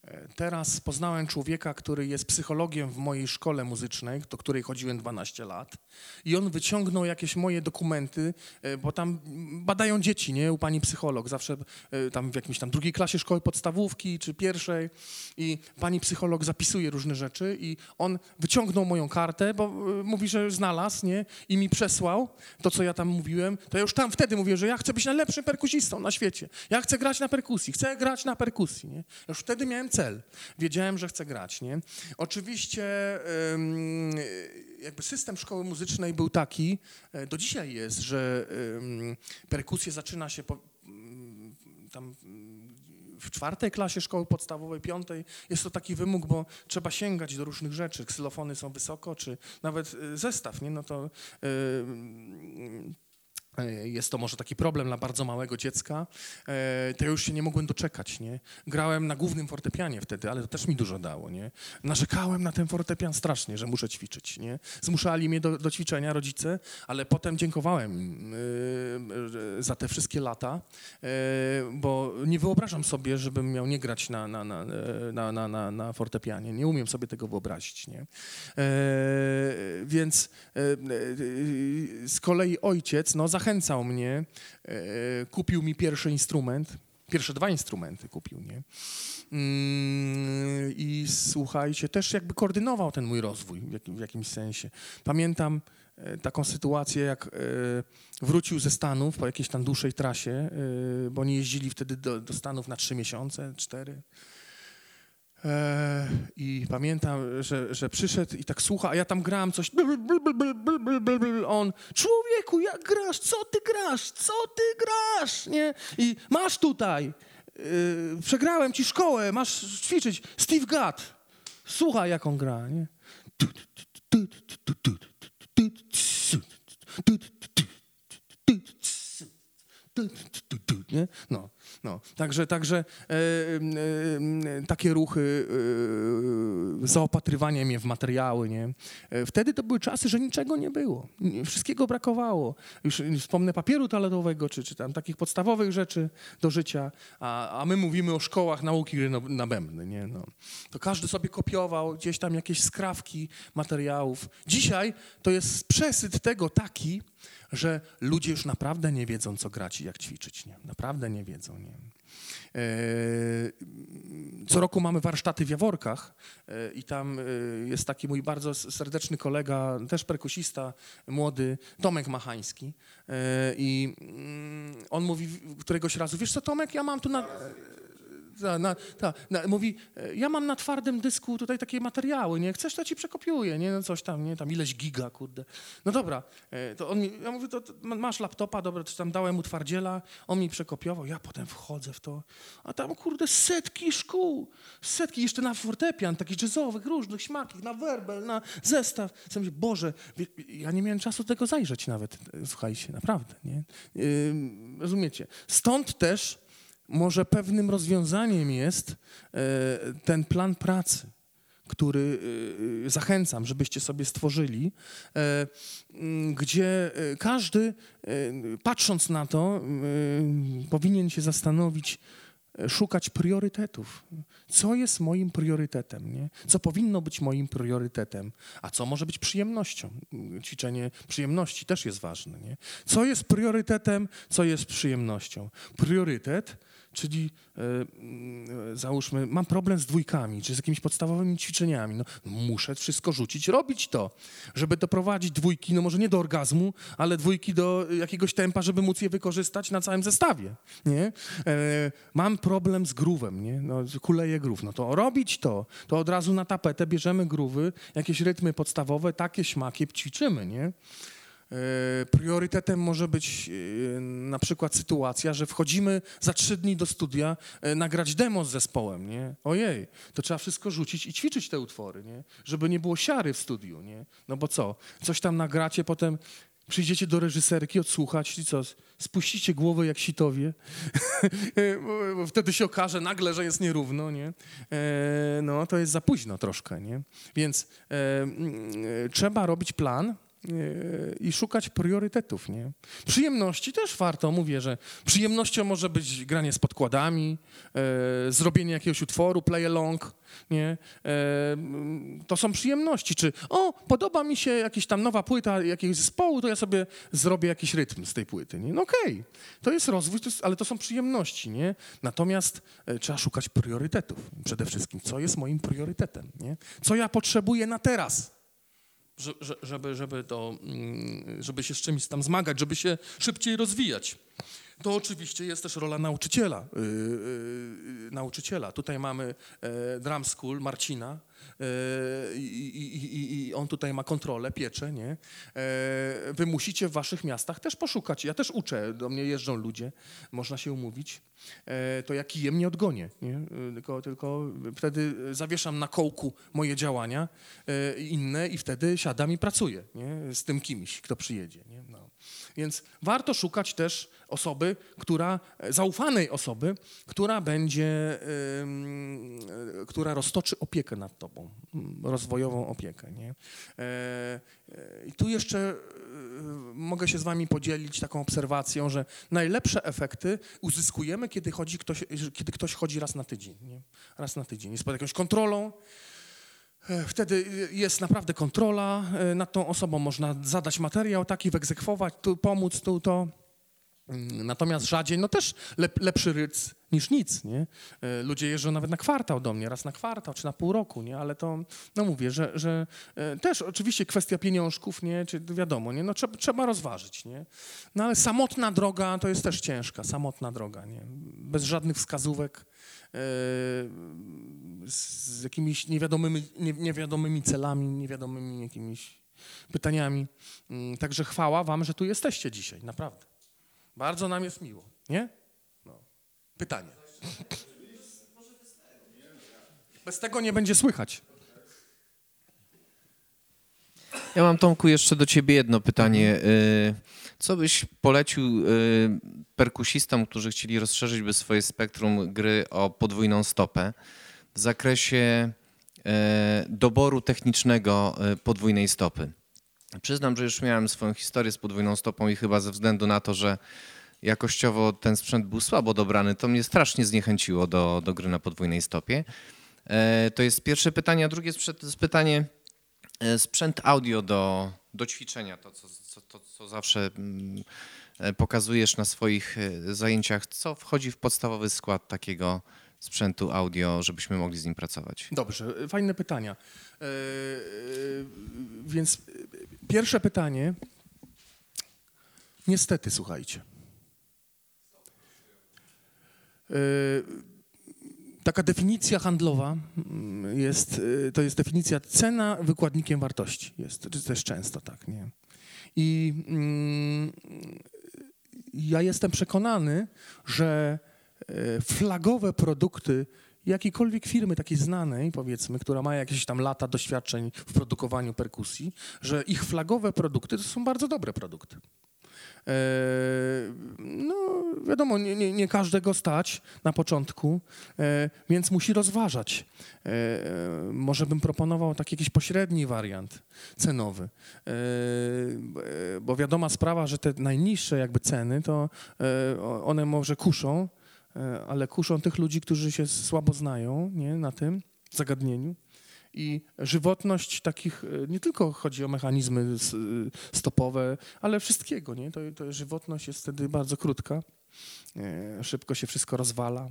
Teraz poznałem człowieka, który jest psychologiem w mojej szkole muzycznej, do której chodziłem dwanaście lat i on wyciągnął jakieś moje dokumenty, bo tam badają dzieci, nie, u pani psycholog, zawsze tam w jakimś tam drugiej klasie szkoły podstawówki czy pierwszej i pani psycholog zapisuje różne rzeczy i on wyciągnął moją kartę, bo mówi, że znalazł, nie, i mi przesłał to, co ja tam mówiłem, to ja już tam wtedy mówię, że ja chcę być najlepszym perkusistą na świecie, ja chcę grać na perkusji, chcę grać na perkusji, nie, już wtedy miałem cel. Wiedziałem, że chcę grać, nie? Oczywiście ym, jakby system szkoły muzycznej był taki, do dzisiaj jest, że ym, perkusja zaczyna się po, ym, tam w czwartej klasie szkoły podstawowej, piątej. Jest to taki wymóg, bo trzeba sięgać do różnych rzeczy. Ksylofony są wysoko, czy nawet zestaw, nie? No to yy, jest to może taki problem dla bardzo małego dziecka, to ja już się nie mogłem doczekać, nie? Grałem na głównym fortepianie wtedy, ale to też mi dużo dało, nie? Narzekałem na ten fortepian strasznie, że muszę ćwiczyć, nie? Zmuszali mnie do, do ćwiczenia rodzice, ale potem dziękowałem im za te wszystkie lata, bo nie wyobrażam sobie, żebym miał nie grać na, na, na, na, na, na, na fortepianie. Nie umiem sobie tego wyobrazić, nie? Więc z kolei ojciec, no zachęcał Zachęcał mnie, e, kupił mi pierwszy instrument, pierwsze dwa instrumenty kupił, nie? Mm, I słuchajcie, też jakby koordynował ten mój rozwój w, jakim, w jakimś sensie. Pamiętam e, taką sytuację, jak e, wrócił ze Stanów po jakiejś tam dłuższej trasie, e, bo oni jeździli wtedy do, do Stanów na trzy miesiące, cztery. I pamiętam, że, że przyszedł i tak słucha, a ja tam grałem coś, on, człowieku, jak grasz, co ty grasz, co ty grasz, nie? I masz tutaj, yy, przegrałem ci szkołę, masz ćwiczyć, Steve Gadd, słuchaj, jak on gra, nie? Nie? No, no. Także, także e, e, takie ruchy, e, zaopatrywanie mnie w materiały, nie? E, wtedy to były czasy, że niczego nie było. Wszystkiego brakowało. Już wspomnę papieru toaletowego, czy, czy tam takich podstawowych rzeczy do życia, a, a my mówimy o szkołach nauki na bębny, nie? No. To każdy sobie kopiował gdzieś tam jakieś skrawki materiałów. Dzisiaj to jest przesyt tego taki, że ludzie już naprawdę nie wiedzą, co grać i jak ćwiczyć, nie? Naprawdę nie wiedzą, nie? Co roku mamy warsztaty w Jaworkach i tam jest taki mój bardzo serdeczny kolega, też perkusista, młody, Tomek Machański i on mówi któregoś razu, wiesz co, Tomek, ja mam tu na... Ta, na, ta, na, mówi, ja mam na twardym dysku tutaj takie materiały, nie? Chcesz, to ci przekopiuję, nie? No coś tam, nie? Tam ileś giga, kurde. No dobra, to on mi, ja mówię, to, to masz laptopa, dobra, to tam dałem mu twardziela, on mi przekopiował, ja potem wchodzę w to, a tam, kurde, setki szkół, setki jeszcze na fortepian, takich jazzowych, różnych, śmakich, na werbel, na zestaw. Ja mówię, Boże, ja nie miałem czasu do tego zajrzeć nawet, słuchajcie, naprawdę, nie? Yy, rozumiecie? Stąd też może pewnym rozwiązaniem jest ten plan pracy, który zachęcam, żebyście sobie stworzyli, gdzie każdy, patrząc na to, powinien się zastanowić, szukać priorytetów. Co jest moim priorytetem, nie? Co powinno być moim priorytetem, a co może być przyjemnością. Ćwiczenie przyjemności też jest ważne, nie? Co jest priorytetem, co jest przyjemnością. Priorytet, czyli e, załóżmy, mam problem z dwójkami, czy z jakimiś podstawowymi ćwiczeniami. No, muszę wszystko rzucić, robić to, żeby doprowadzić dwójki, no może nie do orgazmu, ale dwójki do jakiegoś tempa, żeby móc je wykorzystać na całym zestawie, nie? E, mam problem z groovem, nie? No, kuleje groove, no to robić to, to od razu na tapetę bierzemy groove'y, jakieś rytmy podstawowe, takie śmakie ćwiczymy, nie? Priorytetem może być na przykład sytuacja, że wchodzimy za trzy dni do studia nagrać demo z zespołem, nie? Ojej, to trzeba wszystko rzucić i ćwiczyć te utwory, nie? Żeby nie było siary w studiu, nie? No bo co? Coś tam nagracie, potem przyjdziecie do reżyserki odsłuchać i co? Spuścicie głowę jak sitowie. Wtedy się okaże nagle, że jest nierówno, nie? E, no to jest za późno troszkę, nie? Więc e, trzeba robić plan, i szukać priorytetów, nie? Przyjemności też warto, mówię, że przyjemnością może być granie z podkładami, e, zrobienie jakiegoś utworu, play along, nie? E, to są przyjemności, czy o, podoba mi się jakaś tam nowa płyta jakiegoś zespołu, to ja sobie zrobię jakiś rytm z tej płyty, nie? No okej, okay. To jest rozwój, to jest, ale to są przyjemności, nie? Natomiast e, trzeba szukać priorytetów przede wszystkim, co jest moim priorytetem, nie? Co ja potrzebuję na teraz, żeby, żeby, to, żeby się z czymś tam zmagać, żeby się szybciej rozwijać. To oczywiście jest też rola nauczyciela. Yy, yy, nauczyciela. Tutaj mamy e, Drum School Marcina e, i, i, i on tutaj ma kontrolę, piecze, nie? E, wy musicie w waszych miastach też poszukać. Ja też uczę, do mnie jeżdżą ludzie, można się umówić. E, to ja kijem nie odgonię, nie? Tylko, tylko wtedy zawieszam na kołku moje działania e, inne i wtedy siadam i pracuję, nie? Z tym kimś, kto przyjedzie, nie? No. Więc warto szukać też osoby, która, zaufanej osoby, która będzie, y, która roztoczy opiekę nad tobą, rozwojową opiekę, nie? I tu jeszcze y, mogę się z wami podzielić taką obserwacją, że najlepsze efekty uzyskujemy, kiedy, chodzi ktoś, kiedy ktoś chodzi raz na tydzień, nie? Raz na tydzień. Jest pod jakąś kontrolą. Wtedy jest naprawdę kontrola nad tą osobą, można zadać materiał taki, wyegzekwować, tu pomóc, tu to. Natomiast rzadziej, no też lep, lepszy ryc niż nic, nie? Ludzie jeżdżą nawet na kwartał do mnie, raz na kwartał czy na pół roku, nie? Ale to, no mówię, że, że też oczywiście kwestia pieniążków, nie? Czy wiadomo, nie? No trzeba, trzeba rozważyć, nie? No ale samotna droga to jest też ciężka, samotna droga, nie? Bez żadnych wskazówek, z jakimiś niewiadomymi, nie, niewiadomymi celami, niewiadomymi jakimiś pytaniami. Także chwała wam, że tu jesteście dzisiaj, naprawdę. Bardzo nam jest miło, nie? No. Pytanie. Bez tego nie będzie słychać. Ja mam, Tomku, jeszcze do ciebie jedno pytanie. Co byś polecił perkusistom, którzy chcieli rozszerzyć by swoje spektrum gry o podwójną stopę w zakresie doboru technicznego podwójnej stopy? Przyznam, że już miałem swoją historię z podwójną stopą i chyba ze względu na to, że jakościowo ten sprzęt był słabo dobrany, to mnie strasznie zniechęciło do, do gry na podwójnej stopie. To jest pierwsze pytanie, a drugie jest pytanie, sprzęt audio do, do ćwiczenia, to co, co, to, co zawsze pokazujesz na swoich zajęciach, co wchodzi w podstawowy skład takiego sprzętu audio, żebyśmy mogli z nim pracować? Dobrze, fajne pytania. E, e, więc pierwsze pytanie, niestety, słuchajcie. E, taka definicja handlowa jest, to jest definicja cena wykładnikiem wartości. Jest to też często tak, nie? I mm, ja jestem przekonany, że flagowe produkty jakiejkolwiek firmy takiej znanej, powiedzmy, która ma jakieś tam lata doświadczeń w produkowaniu perkusji, że ich flagowe produkty to są bardzo dobre produkty. No wiadomo, nie, nie, nie każdego stać na początku, więc musi rozważać. Może bym proponował taki jakiś pośredni wariant cenowy, bo wiadoma sprawa, że te najniższe jakby ceny, to one może kuszą, ale kuszą tych ludzi, którzy się słabo znają, nie, na tym zagadnieniu. I żywotność takich, nie tylko chodzi o mechanizmy stopowe, ale wszystkiego, nie? To, to żywotność jest wtedy bardzo krótka, szybko się wszystko rozwala.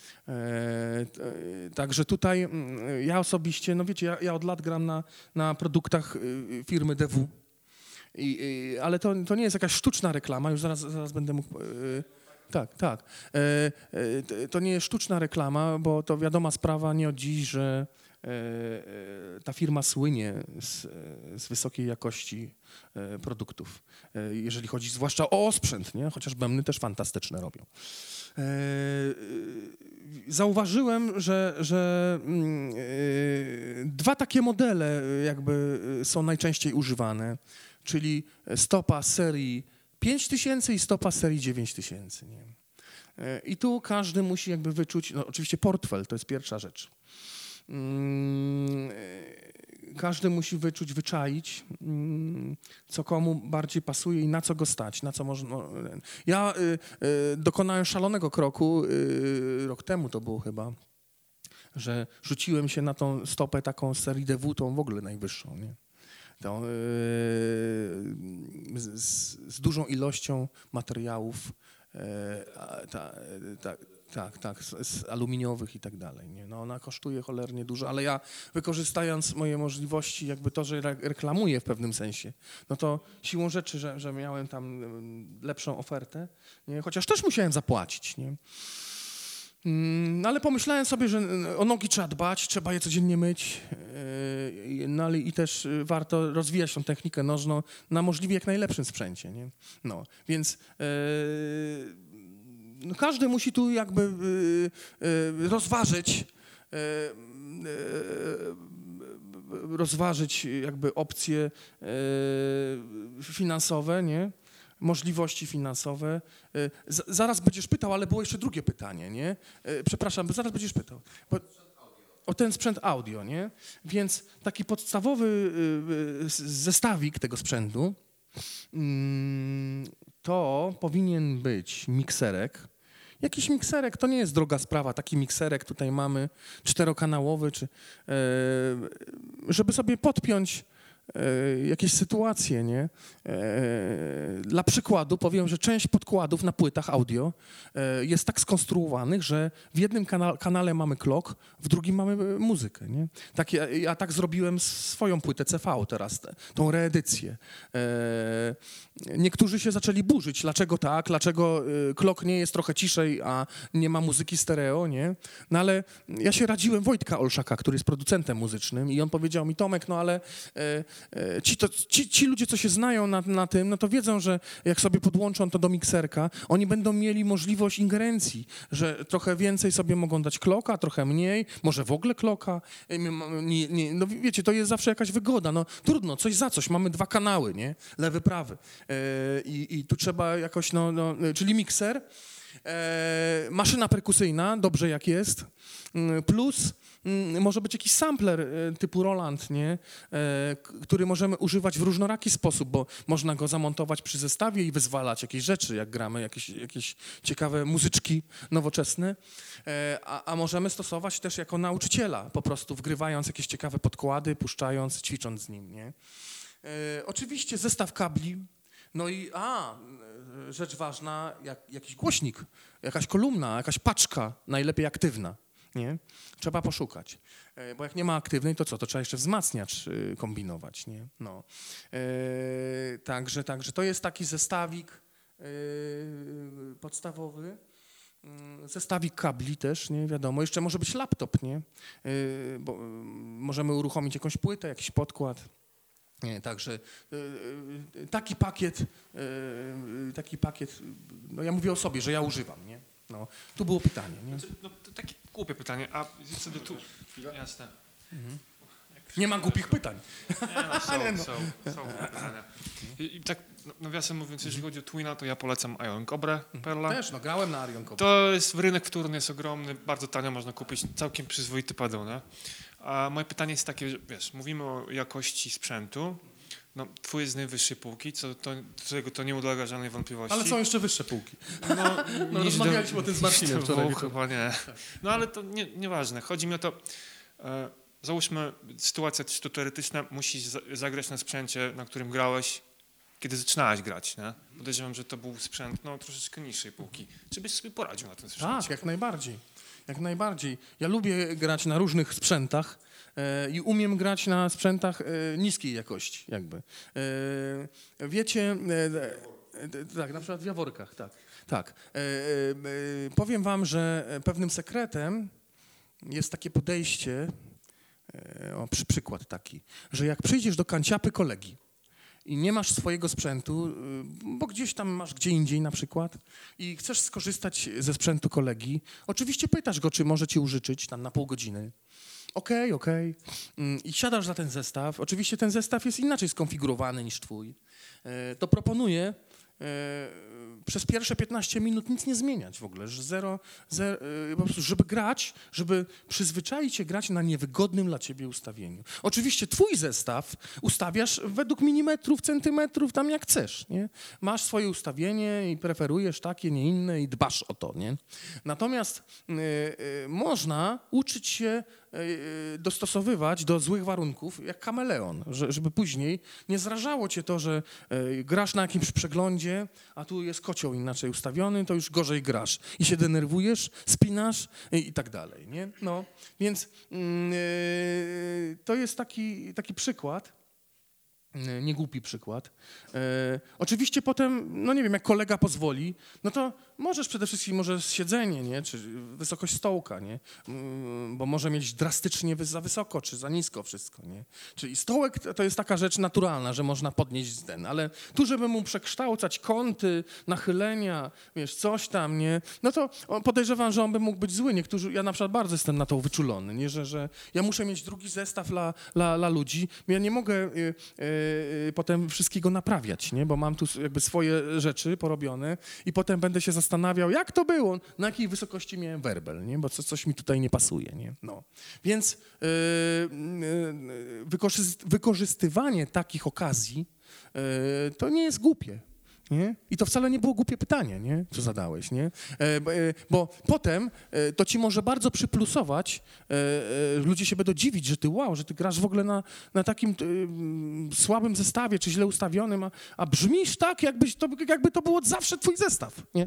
Także tutaj ja osobiście, no wiecie, ja, ja od lat gram na, na produktach firmy D W, I, ale to, to nie jest jakaś sztuczna reklama, już zaraz, zaraz będę mógł... Tak, tak. To nie jest sztuczna reklama, bo to wiadoma sprawa nie od dziś, że ta firma słynie z, z wysokiej jakości produktów, jeżeli chodzi zwłaszcza o osprzęt, nie? Chociaż bębny też fantastyczne robią. Zauważyłem, że, że dwa takie modele jakby są najczęściej używane, czyli stopa serii pięć tysięcy i stopa serii dziewięć tysięcy. Nie? I tu każdy musi jakby wyczuć, no oczywiście portfel to jest pierwsza rzecz. każdy musi wyczuć, wyczaić, mm, co komu bardziej pasuje i na co go stać, na co można... Ja y, y, dokonałem szalonego kroku, y, rok temu to było chyba, że rzuciłem się na tą stopę taką z serii D W, tą w ogóle najwyższą, nie? To, yy, z, z dużą ilością materiałów, yy, ta, ta, tak, tak, z, z aluminiowych i tak dalej. Nie? No ona kosztuje cholernie dużo, ale ja wykorzystając moje możliwości, jakby to, że re reklamuję w pewnym sensie, no to siłą rzeczy, że, że miałem tam lepszą ofertę, nie? Chociaż też musiałem zapłacić, nie? No ale pomyślałem sobie, że o nogi trzeba dbać, trzeba je codziennie myć, no ale i też warto rozwijać tą technikę nożną na możliwie jak najlepszym sprzęcie, nie? No, więc no, każdy musi tu jakby rozważyć, rozważyć jakby opcje finansowe, nie? Możliwości finansowe. Z, zaraz będziesz pytał, ale było jeszcze drugie pytanie, nie? Przepraszam, zaraz będziesz pytał. Bo, o ten sprzęt audio, nie? Więc taki podstawowy zestawik tego sprzętu to powinien być mikserek. Jakiś mikserek, to nie jest droga sprawa, taki mikserek tutaj mamy, czterokanałowy, czy, żeby sobie podpiąć jakieś sytuacje, nie? Dla przykładu powiem, że część podkładów na płytach audio jest tak skonstruowanych, że w jednym kana kanale mamy klok, w drugim mamy muzykę, nie? Tak, ja, ja tak zrobiłem swoją płytę C V teraz, te, tą reedycję. Niektórzy się zaczęli burzyć, dlaczego tak, dlaczego klok nie jest trochę ciszej, a nie ma muzyki stereo, nie? No ale ja się radziłem Wojtka Olszaka, który jest producentem muzycznym i on powiedział mi, Tomek, no ale Ci, to, ci, ci ludzie, co się znają na, na tym, no to wiedzą, że jak sobie podłączą to do mikserka, oni będą mieli możliwość ingerencji, że trochę więcej sobie mogą dać kloka, trochę mniej, może w ogóle kloka. Nie, nie, no wiecie, to jest zawsze jakaś wygoda. No trudno, coś za coś. Mamy dwa kanały, nie? Lewy, prawy. I, i tu trzeba jakoś, no, no czyli mikser, maszyna perkusyjna, dobrze jak jest, plus może być jakiś sampler typu Roland, nie? Który możemy używać w różnoraki sposób, bo można go zamontować przy zestawie i wyzwalać jakieś rzeczy, jak gramy, jakieś, jakieś ciekawe muzyczki nowoczesne, a, a możemy stosować też jako nauczyciela, po prostu wgrywając jakieś ciekawe podkłady, puszczając, ćwicząc z nim, nie? Oczywiście zestaw kabli, no i a, rzecz ważna, jak, jakiś głośnik, jakaś kolumna, jakaś paczka, najlepiej aktywna. Nie? Trzeba poszukać, bo jak nie ma aktywnej, to co? To trzeba jeszcze wzmacniacz kombinować, nie? No. E, także, także to jest taki zestawik e, podstawowy, zestawik kabli też, nie? Wiadomo, jeszcze może być laptop, nie? E, bo możemy uruchomić jakąś płytę, jakiś podkład. Nie, także e, taki pakiet, e, taki pakiet, no ja mówię o sobie, że ja używam, nie? No, tu było pytanie, nie? No, to takie głupie pytanie, a zjedź sobie tu. Jasne. Mhm. Nie ma głupich pytań. Nie, no, są, no. są, są głupie pytania. I, i tak nawiasem mówiąc, jeżeli chodzi o Twina, to ja polecam Ion Cobra Perla. Też, no grałem na Ion Cobra. To jest rynek wtórny, jest ogromny, bardzo tanio można kupić, całkiem przyzwoity padł, nie? A moje pytanie jest takie, że wiesz, mówimy o jakości sprzętu. No, twój jest z najwyższej półki, co to, do czego to nie ulega żadnej wątpliwości. Ale są jeszcze wyższe półki. No, no rozmawialiśmy o tym z Marcinem wczoraj. Chyba nie. No ale to nie, nieważne. Chodzi mi o to, e, załóżmy sytuacja czysto teoretyczna, musisz za, zagrać na sprzęcie, na którym grałeś, kiedy zaczynałeś grać, nie? Podejrzewam, że to był sprzęt no, troszeczkę niższej półki. Czy byś sobie poradził na tym sprzęcie? Tak, jak najbardziej. Jak najbardziej. Ja lubię grać na różnych sprzętach e, i umiem grać na sprzętach e, niskiej jakości, jakby. E, wiecie, e, e, tak, na przykład w Jaworkach, tak. tak. E, e, powiem wam, że pewnym sekretem jest takie podejście, e, o, przy, przykład taki, że jak przyjdziesz do kanciapy kolegi, i nie masz swojego sprzętu, bo gdzieś tam masz gdzie indziej na przykład i chcesz skorzystać ze sprzętu kolegi, oczywiście pytasz go, czy może ci użyczyć tam na pół godziny. Okej, okay, okej. Okay. I siadasz za ten zestaw. Oczywiście ten zestaw jest inaczej skonfigurowany niż twój. To proponuję przez pierwsze piętnaście minut nic nie zmieniać w ogóle, że zero, zero, po prostu, żeby grać, żeby przyzwyczaić się grać na niewygodnym dla ciebie ustawieniu. Oczywiście twój zestaw ustawiasz według milimetrów, centymetrów, tam jak chcesz, nie? Masz swoje ustawienie i preferujesz takie, nie inne i dbasz o to, nie? Natomiast y, y, można uczyć się y, dostosowywać do złych warunków, jak kameleon, że, żeby później nie zrażało cię to, że y, grasz na jakimś przeglądzie, a tu jest kocioł inaczej ustawiony, to już gorzej grasz i się denerwujesz, spinasz i, i tak dalej, nie? No, więc yy, to jest taki, taki przykład, yy, niegłupi przykład. Yy, oczywiście potem, no nie wiem, jak kolega pozwoli, no to możesz przede wszystkim może siedzenie, nie? Czy wysokość stołka, nie? Yy, bo może mieć drastycznie za wysoko, czy za nisko wszystko, nie? Czyli stołek to jest taka rzecz naturalna, że można podnieść ten, ale tu, żeby mu przekształcać kąty, nachylenia, wiesz, coś tam, nie? No to podejrzewam, że on by mógł być zły. Niektórzy, ja na przykład bardzo jestem na to wyczulony, nie? Że, że ja muszę mieć drugi zestaw dla, dla, dla ludzi. Ja nie mogę y, y, y, potem wszystkiego naprawiać, nie? Bo mam tu jakby swoje rzeczy porobione i potem będę się zastanawiał, jak to było, na jakiej wysokości miałem werbel, nie? Bo co, coś mi tutaj nie pasuje, nie? No. Więc y, y, wykorzyst- wykorzystywanie takich okazji y, to nie jest głupie. Nie? I to wcale nie było głupie pytanie, nie? Co zadałeś, nie? E, bo, e, bo potem e, to ci może bardzo przyplusować, e, e, ludzie się będą dziwić, że ty wow, że ty grasz w ogóle na, na takim e, słabym zestawie, czy źle ustawionym, a, a brzmisz tak, jakbyś to, jakby to było zawsze twój zestaw, nie?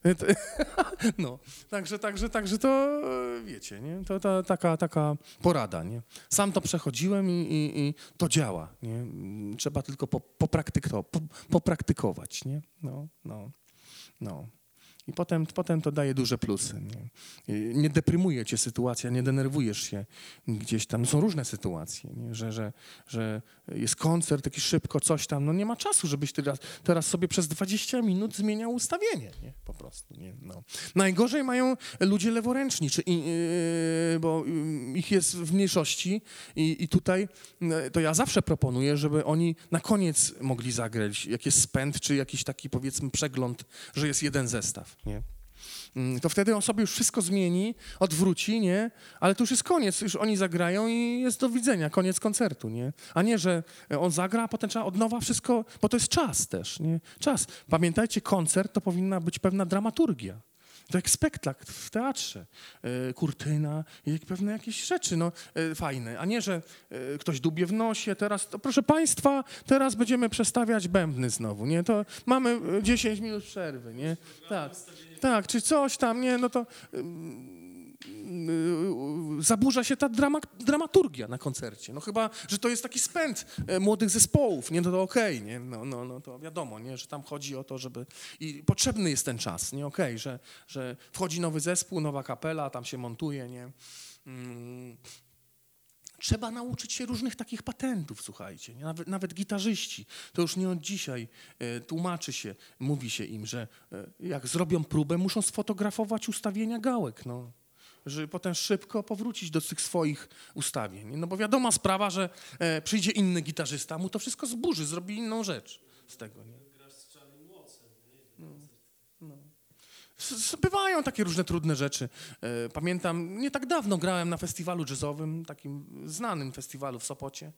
No, także, także, także to wiecie, nie? To, to taka, taka porada, nie? Sam to przechodziłem i, i, i to działa, nie? Trzeba tylko po, popraktyko, po, popraktykować, nie? No, no, no. I potem, potem to daje duże plusy. Nie, nie deprymuje cię sytuacja, nie denerwujesz się gdzieś tam. Są różne sytuacje, nie? Że, że, że jest koncert, taki szybko, coś tam. No nie ma czasu, żebyś teraz, teraz sobie przez dwadzieścia minut zmieniał ustawienie. Nie? Po prostu. Nie? No. Najgorzej mają ludzie leworęczni, czy, yy, bo ich jest w mniejszości i, i tutaj yy, to ja zawsze proponuję, żeby oni na koniec mogli zagrać, jak jest spęd, czy jakiś taki powiedzmy przegląd, że jest jeden zestaw. Nie? To wtedy on sobie już wszystko zmieni, odwróci, nie? Ale to już jest koniec, już oni zagrają i jest do widzenia, koniec koncertu, nie? A nie, że on zagra, a potem trzeba od nowa wszystko, bo to jest czas też, nie? Czas. Pamiętajcie, koncert to powinna być pewna dramaturgia. To jak spektakl w teatrze, e, kurtyna i pewne jakieś rzeczy, no e, fajne, a nie, że e, ktoś dubie w nosie, teraz, to, proszę państwa, teraz będziemy przestawiać bębny znowu, nie, to mamy dziesięć minut przerwy, nie, tak, tak, czy coś tam, nie, no to y, y, zaburza się ta drama, dramaturgia na koncercie, no chyba, że to jest taki spęd e, młodych zespołów, nie, no to okej, okay, nie, no, no, no to wiadomo, nie, że tam chodzi o to, żeby, i potrzebny jest ten czas, nie, okej, okay, że, że wchodzi nowy zespół, nowa kapela, tam się montuje, nie. Mm. Trzeba nauczyć się różnych takich patentów, słuchajcie, nie? Nawet, nawet gitarzyści, to już nie od dzisiaj e, tłumaczy się, mówi się im, że e, jak zrobią próbę, muszą sfotografować ustawienia gałek, no. Żeby potem szybko powrócić do tych swoich ustawień, no bo wiadoma sprawa, że e, przyjdzie inny gitarzysta, mu to wszystko zburzy, zrobi inną rzecz z tego, nie. No, no. Bywają takie różne trudne rzeczy. Pamiętam, nie tak dawno grałem na festiwalu jazzowym, takim znanym festiwalu w Sopocie.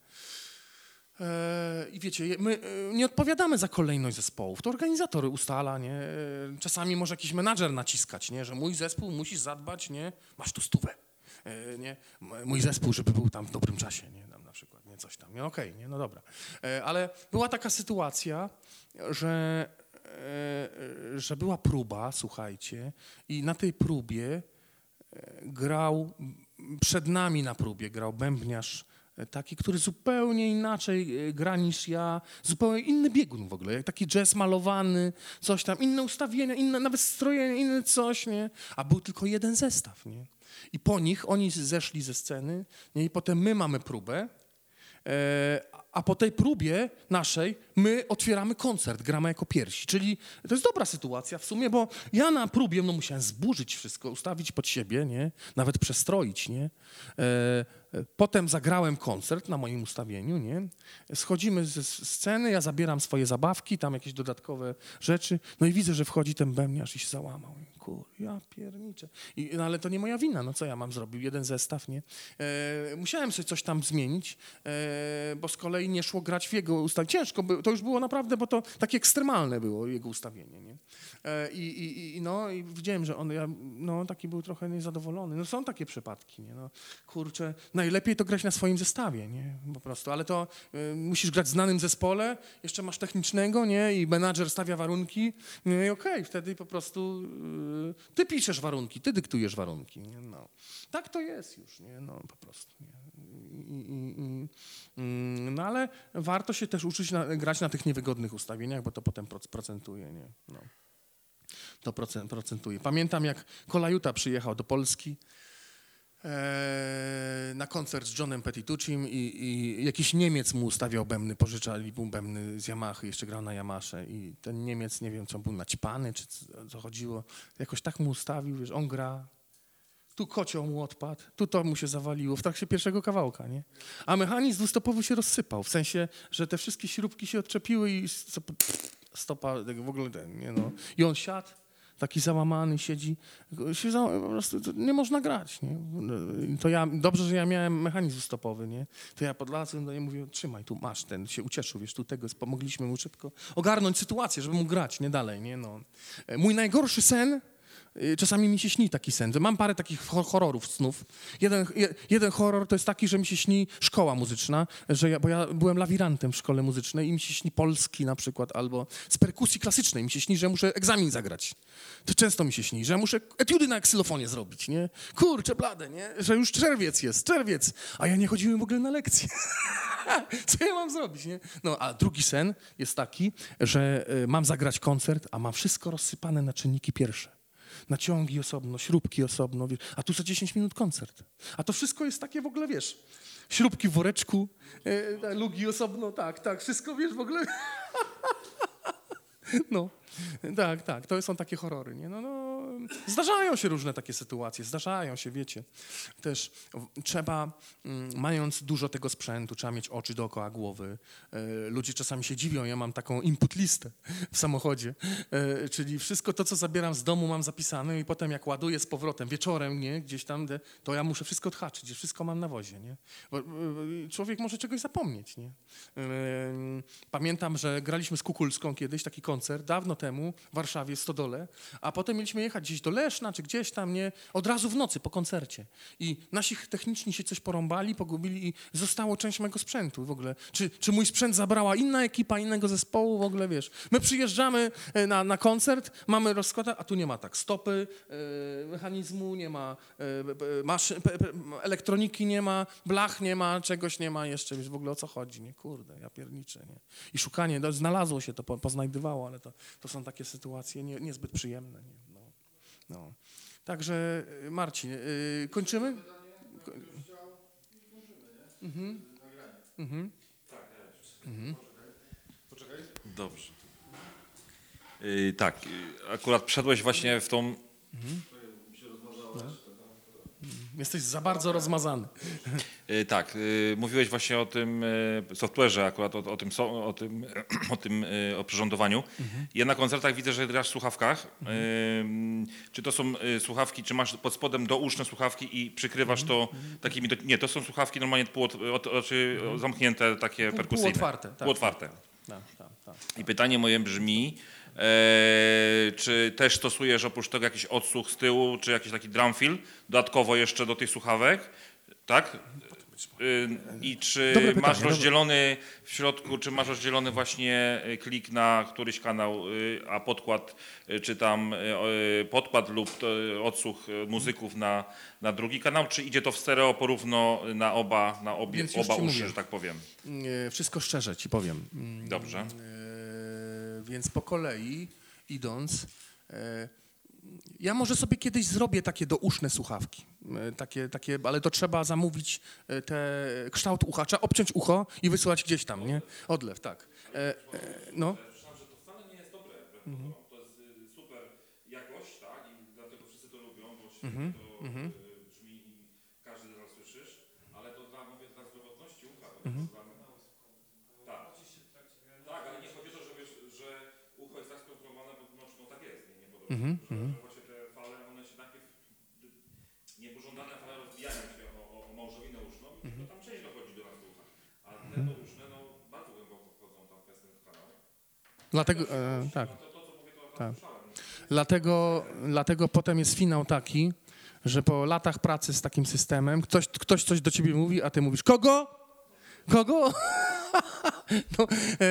I wiecie, my nie odpowiadamy za kolejność zespołów, to organizator ustala, nie? Czasami może jakiś menadżer naciskać, nie? Że mój zespół musisz zadbać, nie? Masz tu stówę, nie? Mój zespół, żeby był tam w dobrym czasie, nie? Tam na przykład, nie? Coś tam, nie? Okej, okay, nie? No dobra. Ale była taka sytuacja, że że była próba, słuchajcie, i na tej próbie grał, przed nami na próbie grał bębniarz taki, który zupełnie inaczej gra niż ja, zupełnie inny biegun w ogóle, jak taki jazz malowany, coś tam, inne ustawienia, inne nawet strojenia, inne coś, nie? A był tylko jeden zestaw, nie? I po nich oni zeszli ze sceny, nie? I potem my mamy próbę, e, a po tej próbie naszej my otwieramy koncert, gramy jako pierwsi. Czyli to jest dobra sytuacja w sumie, bo ja na próbie no, musiałem zburzyć wszystko, ustawić pod siebie, nie? Nawet przestroić, nie? E, Potem zagrałem koncert na moim ustawieniu, nie? Schodzimy ze sceny, ja zabieram swoje zabawki, tam jakieś dodatkowe rzeczy, no i widzę, że wchodzi ten bębniarz i się załamał. Kur, ja pierniczę. I, no ale to nie moja wina, no co ja mam zrobił? Jeden zestaw, nie? E, musiałem sobie coś tam zmienić, e, bo z kolei nie szło grać w jego ustawieniu. Ciężko było, to już było naprawdę, bo to takie ekstremalne było jego ustawienie, nie? E, i, i, i, no i widziałem, że on, ja, no taki był trochę niezadowolony. No są takie przypadki, nie? No, kurczę, najlepiej to grać na swoim zestawie, nie? Po prostu, ale to y, musisz grać w znanym zespole, jeszcze masz technicznego, nie? I menadżer stawia warunki, no i okej, okay, wtedy po prostu y, ty piszesz warunki, ty dyktujesz warunki, nie? No. Tak to jest już, nie? No po prostu, nie? I, i, i, y, no ale warto się też uczyć na, grać na tych niewygodnych ustawieniach, bo to potem procentuje, nie? No. To procent, procentuje. Pamiętam, jak Kolajuta przyjechał do Polski e, na koncert z Johnem Petituccim i, i jakiś Niemiec mu ustawiał bębny, pożyczali mu bębny z Yamahy, jeszcze grał na Yamasze i ten Niemiec, nie wiem, co był naćpany, czy co chodziło, jakoś tak mu ustawił, wiesz, on gra, tu kocioł mu odpadł, tu to mu się zawaliło w trakcie pierwszego kawałka, nie? A mechanizm dwustopowy się rozsypał, w sensie, że te wszystkie śrubki się odczepiły i stopa w ogóle ten, nie no. I on siadł, taki załamany, siedzi, się za, po prostu nie można grać, nie? To ja, dobrze, że ja miałem mechanizm stopowy, nie? To ja podlazłem do niego i mówię, trzymaj, tu masz ten, się ucieszył, wiesz, tu tego, pomogliśmy mu szybko ogarnąć sytuację, żeby mógł grać, nie dalej, nie no. Mój najgorszy sen, czasami mi się śni taki sen. Mam parę takich horrorów, snów. Jeden, jeden horror to jest taki, że mi się śni szkoła muzyczna, że ja, bo ja byłem lawirantem w szkole muzycznej i mi się śni polski na przykład, albo z perkusji klasycznej mi się śni, że muszę egzamin zagrać. To często mi się śni, że muszę etiudy na ksylofonie zrobić, nie? Kurczę blade, nie? Że już czerwiec jest, czerwiec, a ja nie chodziłem w ogóle na lekcje. Co ja mam zrobić, nie? No, a drugi sen jest taki, że y, mam zagrać koncert, a mam wszystko rozsypane na czynniki pierwsze. Naciągi osobno, śrubki osobno, wiesz, a tu za dziesięć minut koncert. A to wszystko jest takie w ogóle, wiesz, śrubki w woreczku, e, lugi osobno, tak, tak, wszystko, wiesz, w ogóle. No, tak, tak, to są takie horrory, nie? No, no, zdarzają się różne takie sytuacje, zdarzają się, wiecie. Też trzeba, mając dużo tego sprzętu, trzeba mieć oczy dookoła głowy. E, ludzie czasami się dziwią, ja mam taką input listę w samochodzie, e, czyli wszystko to, co zabieram z domu, mam zapisane i potem jak ładuję z powrotem wieczorem, nie, gdzieś tam, to ja muszę wszystko odhaczyć, że wszystko mam na wozie, nie? Bo, e, człowiek może czegoś zapomnieć, nie? E, pamiętam, że graliśmy z Kukulską kiedyś, taki koncert, dawno temu, w Warszawie, w Stodole, a potem mieliśmy jechać gdzieś do Leszna, czy gdzieś tam, nie, od razu w nocy po koncercie. I nasi techniczni się coś porąbali, pogubili i zostało część mojego sprzętu w ogóle. Czy, czy mój sprzęt zabrała inna ekipa, innego zespołu w ogóle, wiesz. My przyjeżdżamy na, na koncert, mamy rozkład, a tu nie ma tak stopy, e, mechanizmu, nie ma e, maszyn, pe, pe, elektroniki, nie ma, blach nie ma, czegoś nie ma jeszcze, wiesz, w ogóle o co chodzi, nie, kurde, ja pierniczę, nie. I szukanie, no, znalazło się to, po, poznajdywało, ale to, to są takie sytuacje nie, niezbyt przyjemne. Nie? No, no. Także Marcin, yy, kończymy? Mhm. Mhm. Mhm. Dobrze. Yy, tak, yy, akurat wszedłeś właśnie w tą... Mhm. No. Jesteś za bardzo rozmazany. Yy, tak, yy, mówiłeś właśnie o tym yy, software'ze, akurat o, o tym, so, o tym, o tym yy, oprzyrządowaniu. Mhm. Ja na koncertach widzę, że grasz w słuchawkach. Mhm. Yy, czy to są yy, słuchawki, czy masz pod spodem douszne słuchawki i przykrywasz mhm. to takimi... Do, nie, to są słuchawki normalnie półot, oczy mhm. zamknięte, takie perkusyjne. Półotwarte. Tak, Półotwarte. Tak, tak, tak, tak. I pytanie moje brzmi, e, czy też stosujesz oprócz tego jakiś odsłuch z tyłu, czy jakiś taki drumfill dodatkowo jeszcze do tych słuchawek, tak? I czy Dobre masz pytanie, rozdzielony w środku, czy masz rozdzielony właśnie klik na któryś kanał, a podkład, czy tam podkład lub odsłuch muzyków na, na drugi kanał, czy idzie to w stereo porówno na oba, na obie, oba uszy, mówię, że tak powiem? Wszystko szczerze ci powiem. Dobrze. Więc po kolei idąc, ja może sobie kiedyś zrobię takie douszne słuchawki, takie, takie, ale to trzeba zamówić te kształt ucha, trzeba obciąć ucho i wysłać gdzieś tam, nie? Odlew, tak. E, e, no. Słyszałem, że to wcale nie jest dobre, mhm. to jest super jakość, tak, i dlatego wszyscy to lubią, bo świetnie mhm. to mhm. brzmi i każdy z nas słyszysz, ale to Mhm. Tak, ale nie chodzi o to, że, wiesz, że ucho jest tak skonstruowane, bo no, no tak jest, nie, nie podoba Mhm, się, że mhm. właśnie te fale, one się najpierw, niepożądane fale rozbijają się o, o, o małżowinę uszną i to tam część dochodzi do nas do ucha. A te uszne, no bardzo głęboko wchodzą tam w ten kanał. Dlatego, e, tak. To, to, co mówię, to Tak. słyszałem. Dlatego, dlatego potem jest finał taki, że po latach pracy z takim systemem ktoś, ktoś coś do ciebie mówi, a ty mówisz kogo? Kogo? No, e,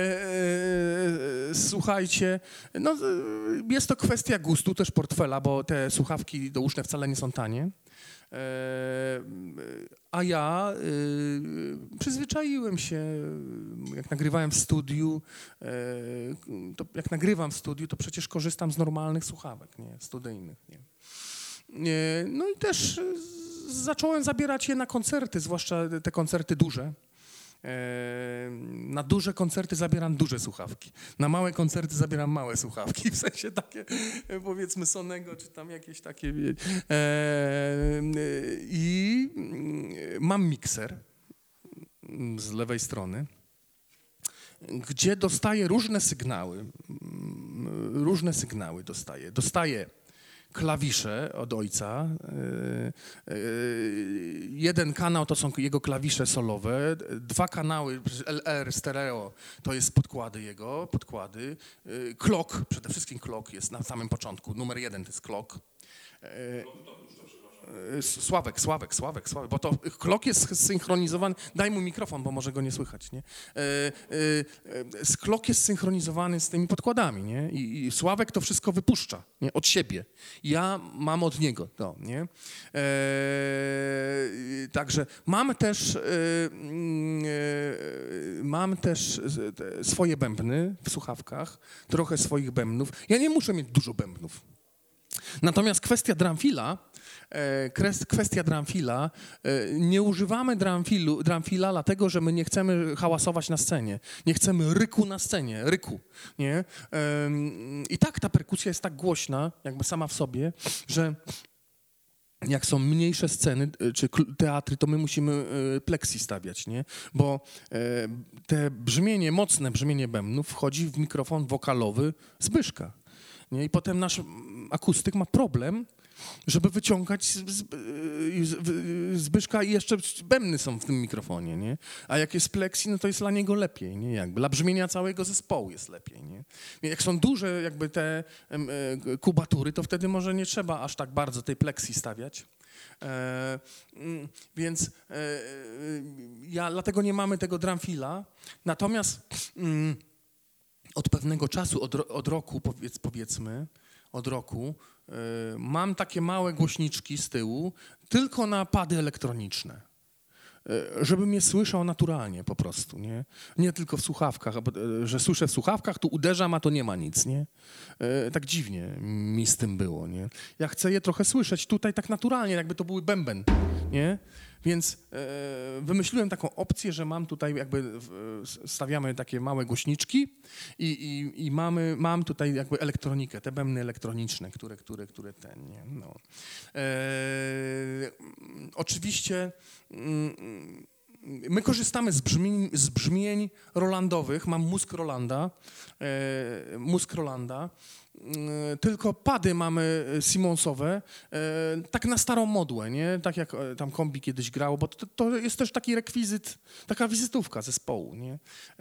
e, słuchajcie, no, e, jest to kwestia gustu, też portfela, bo te słuchawki douszne wcale nie są tanie. E, a ja e, przyzwyczaiłem się, jak nagrywałem w studiu, e, to jak nagrywam w studiu, to przecież korzystam z normalnych słuchawek, nie, studyjnych. Nie. E, no i też e, zacząłem zabierać je na koncerty, zwłaszcza te koncerty duże. Na duże koncerty zabieram duże słuchawki. Na małe koncerty zabieram małe słuchawki. W sensie takie, powiedzmy, Sonego, czy tam jakieś takie. I mam mikser z lewej strony, gdzie dostaję różne sygnały. Różne sygnały dostaję. Dostaję klawisze od ojca. Jeden kanał to są jego klawisze solowe, dwa kanały L R stereo to jest podkłady jego, podkłady. Clock, przede wszystkim clock jest na samym początku, numer jeden to jest clock. Sławek, Sławek, Sławek, Sławek, bo to clock jest zsynchronizowany, daj mu mikrofon, bo może go nie słychać, nie? Clock jest zsynchronizowany z tymi podkładami, nie? I, i Sławek to wszystko wypuszcza, nie? Od siebie. Ja mam od niego to, nie? E, także mam też, e, e, mam też swoje bębny w słuchawkach, trochę swoich bębnów. Ja nie muszę mieć dużo bębnów. Natomiast kwestia drumfila, kwestia drumfila, nie używamy drumfilu, drumfila dlatego, że my nie chcemy hałasować na scenie, nie chcemy ryku na scenie, ryku, nie? I tak ta perkusja jest tak głośna, jakby sama w sobie, że jak są mniejsze sceny czy teatry, to my musimy pleksi stawiać, nie? Bo te brzmienie, mocne brzmienie bębnów wchodzi w mikrofon wokalowy Zbyszka. Nie? I potem nasz akustyk ma problem, żeby wyciągać z, z, z, Zbyszka i jeszcze bębny są w tym mikrofonie, nie? A jak jest pleksi, no to jest dla niego lepiej, nie? Jakby dla brzmienia całego zespołu jest lepiej, nie? Jak są duże jakby te e, kubatury, to wtedy może nie trzeba aż tak bardzo tej pleksi stawiać. E, więc e, ja, dlatego nie mamy tego drumfila. Natomiast mm, od pewnego czasu, od, od roku powiedz, powiedzmy, od roku y, mam takie małe głośniczki z tyłu, tylko na pady elektroniczne, y, żebym je słyszał naturalnie po prostu, nie? Nie tylko w słuchawkach, y, że słyszę w słuchawkach, tu uderzam, a to nie ma nic, nie? Y, tak dziwnie mi z tym było, nie? Ja chcę je trochę słyszeć tutaj tak naturalnie, jakby to były bęben, nie? Więc e, wymyśliłem taką opcję, że mam tutaj jakby e, stawiamy takie małe głośniczki i, i, i mamy, mam tutaj jakby elektronikę, te bębny elektroniczne, które, które, które ten, nie, no. E, oczywiście mm, my korzystamy z brzmień, z brzmień Rolandowych, mam mózg Rolanda, e, mózg Rolanda, tylko pady mamy Simonsowe, tak na starą modłę, nie? Tak jak tam Kombi kiedyś grało, bo to, to jest też taki rekwizyt, taka wizytówka zespołu, nie?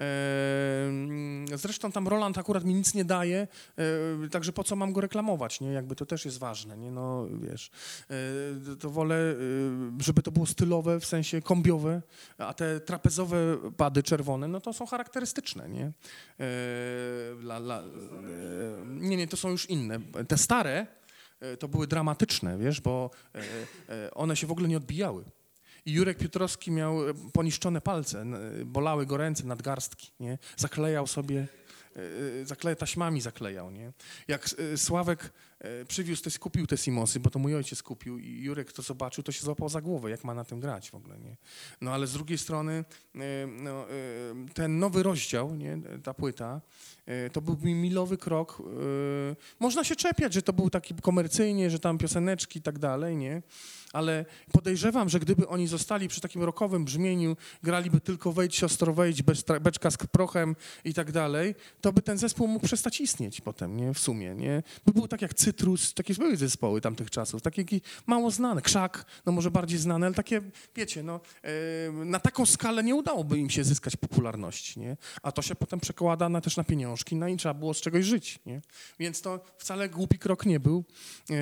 Zresztą tam Roland akurat mi nic nie daje, także po co mam go reklamować, nie? Jakby to też jest ważne, nie? No wiesz, to wolę, żeby to było stylowe, w sensie kombiowe, a te trapezowe pady czerwone, no to są charakterystyczne, nie? La, la, nie, nie, to są już inne. Te stare to były dramatyczne, wiesz, bo one się w ogóle nie odbijały. I Jurek Piotrowski miał poniszczone palce, bolały go ręce, nadgarstki, nie? Zaklejał sobie e, zakleja, taśmami zaklejał, nie? Jak e, Sławek e, przywiózł, te, kupił te Simosy, bo to mój ojciec kupił i Jurek to zobaczył, to się złapał za głowę, jak ma na tym grać w ogóle, nie? No ale z drugiej strony e, no, e, ten nowy rozdział, nie? Ta płyta, e, to był milowy krok. E, można się czepiać, że to był taki komercyjnie, że tam pioseneczki i tak dalej, nie? Ale podejrzewam, że gdyby oni zostali przy takim rockowym brzmieniu, graliby tylko wejdź, siostro, wejdź, beczka z prochem i tak dalej, to by ten zespół mógł przestać istnieć potem, nie? W sumie, nie? By był tak jak Cytrus, takie były zespoły tamtych czasów, takie mało znane, Krzak, no może bardziej znane, ale takie, wiecie, no, yy, na taką skalę nie udałoby im się zyskać popularności, nie? A to się potem przekłada na, też na pieniążki, no i trzeba było z czegoś żyć, nie? Więc to wcale głupi krok nie był, yy,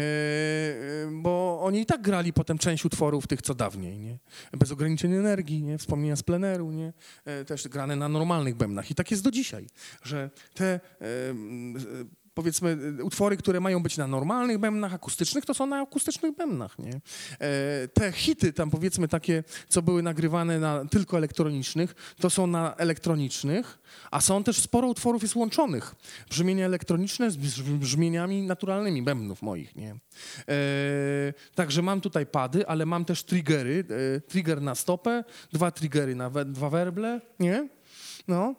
bo oni i tak grali potem część utworów tych, co dawniej, nie? Bez ograniczenia energii, nie? Wspomnienia z pleneru, nie? E, też grane na normalnych bębnach. I tak jest do dzisiaj, że te e, e, powiedzmy utwory, które mają być na normalnych bębnach akustycznych, to są na akustycznych bębnach, nie? E, te hity tam powiedzmy takie, co były nagrywane na tylko elektronicznych, to są na elektronicznych, a są też sporo utworów jest łączonych. Brzmienia elektroniczne z brzmieniami naturalnymi bębnów moich, nie? E, także mam tutaj pady, ale mam też triggery, e, trigger na stopę, dwa triggery na we, dwa werble, nie? No,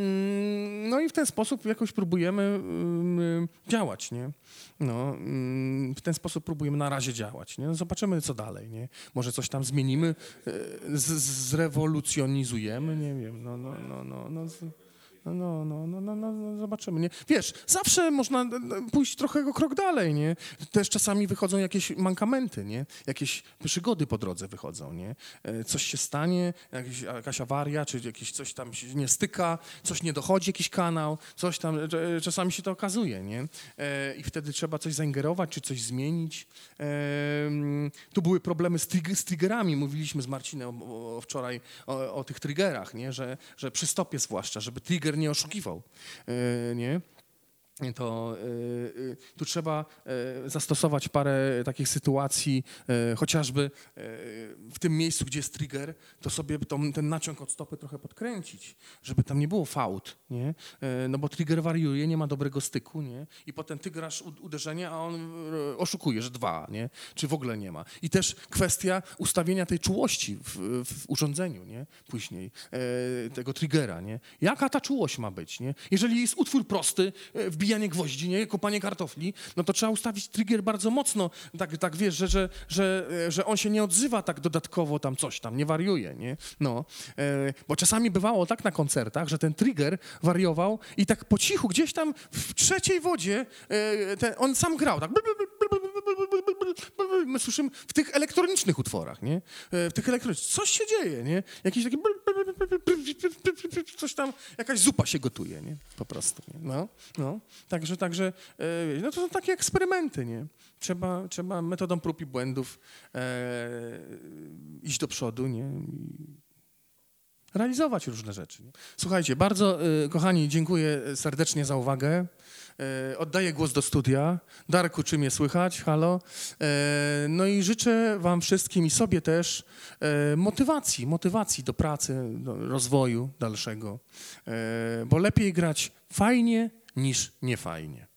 no i w ten sposób jakoś próbujemy działać, nie? No, w ten sposób próbujemy na razie działać, nie? No zobaczymy, co dalej, nie? Może coś tam zmienimy, z, zrewolucjonizujemy, nie wiem, no, no, no, no, no. No, no, no, no, no, no, zobaczymy, nie? Wiesz, zawsze można pójść trochę o krok dalej, nie? Też czasami wychodzą jakieś mankamenty, nie? Jakieś przygody po drodze wychodzą, nie? Coś się stanie, jakaś, jakaś awaria, czy jakieś coś tam się nie styka, coś nie dochodzi, jakiś kanał, coś tam, czasami się to okazuje, nie? I wtedy trzeba coś zaingerować, czy coś zmienić. Tu były problemy z, trig- z triggerami, mówiliśmy z Marcinem o, o, wczoraj o, o tych triggerach, nie? Że, że przy stopie zwłaszcza, żeby trigger nie oszukiwał, nie? To y, y, tu trzeba y, zastosować parę takich sytuacji, y, chociażby y, w tym miejscu, gdzie jest trigger, to sobie to, ten naciąg od stopy trochę podkręcić, żeby tam nie było fałd, nie? Y, no bo trigger wariuje, nie ma dobrego styku, nie? I potem ty grasz u, uderzenie, a on y, oszukuje, że dwa, nie? Czy w ogóle nie ma. I też kwestia ustawienia tej czułości w, w urządzeniu, nie? Później y, tego triggera, nie? Jaka ta czułość ma być, nie? Jeżeli jest utwór prosty, y, wbijanie gwoździ, nie? Kopanie kartofli, no to trzeba ustawić trigger bardzo mocno, tak, tak wiesz, że, że, że, że on się nie odzywa tak dodatkowo tam coś tam, nie wariuje, nie? No, e, bo czasami bywało tak na koncertach, że ten trigger wariował i tak po cichu gdzieś tam w trzeciej wodzie e, ten, on sam grał, tak my słyszymy w tych elektronicznych utworach, nie? W tych elektronicznych. Coś się dzieje, nie? Jakiś taki coś tam, jakaś zupa się gotuje, nie? Po prostu, nie? No, no. Także, także, no to są takie eksperymenty, nie? Trzeba, trzeba metodą prób i błędów e, iść do przodu, nie? I realizować różne rzeczy. Nie? Słuchajcie, bardzo, e, kochani, dziękuję serdecznie za uwagę. E, oddaję głos do studia. Darku, czy mnie słychać? Halo? E, no i życzę wam wszystkim i sobie też e, motywacji, motywacji do pracy, do rozwoju dalszego, e, bo lepiej grać fajnie niż niefajnie.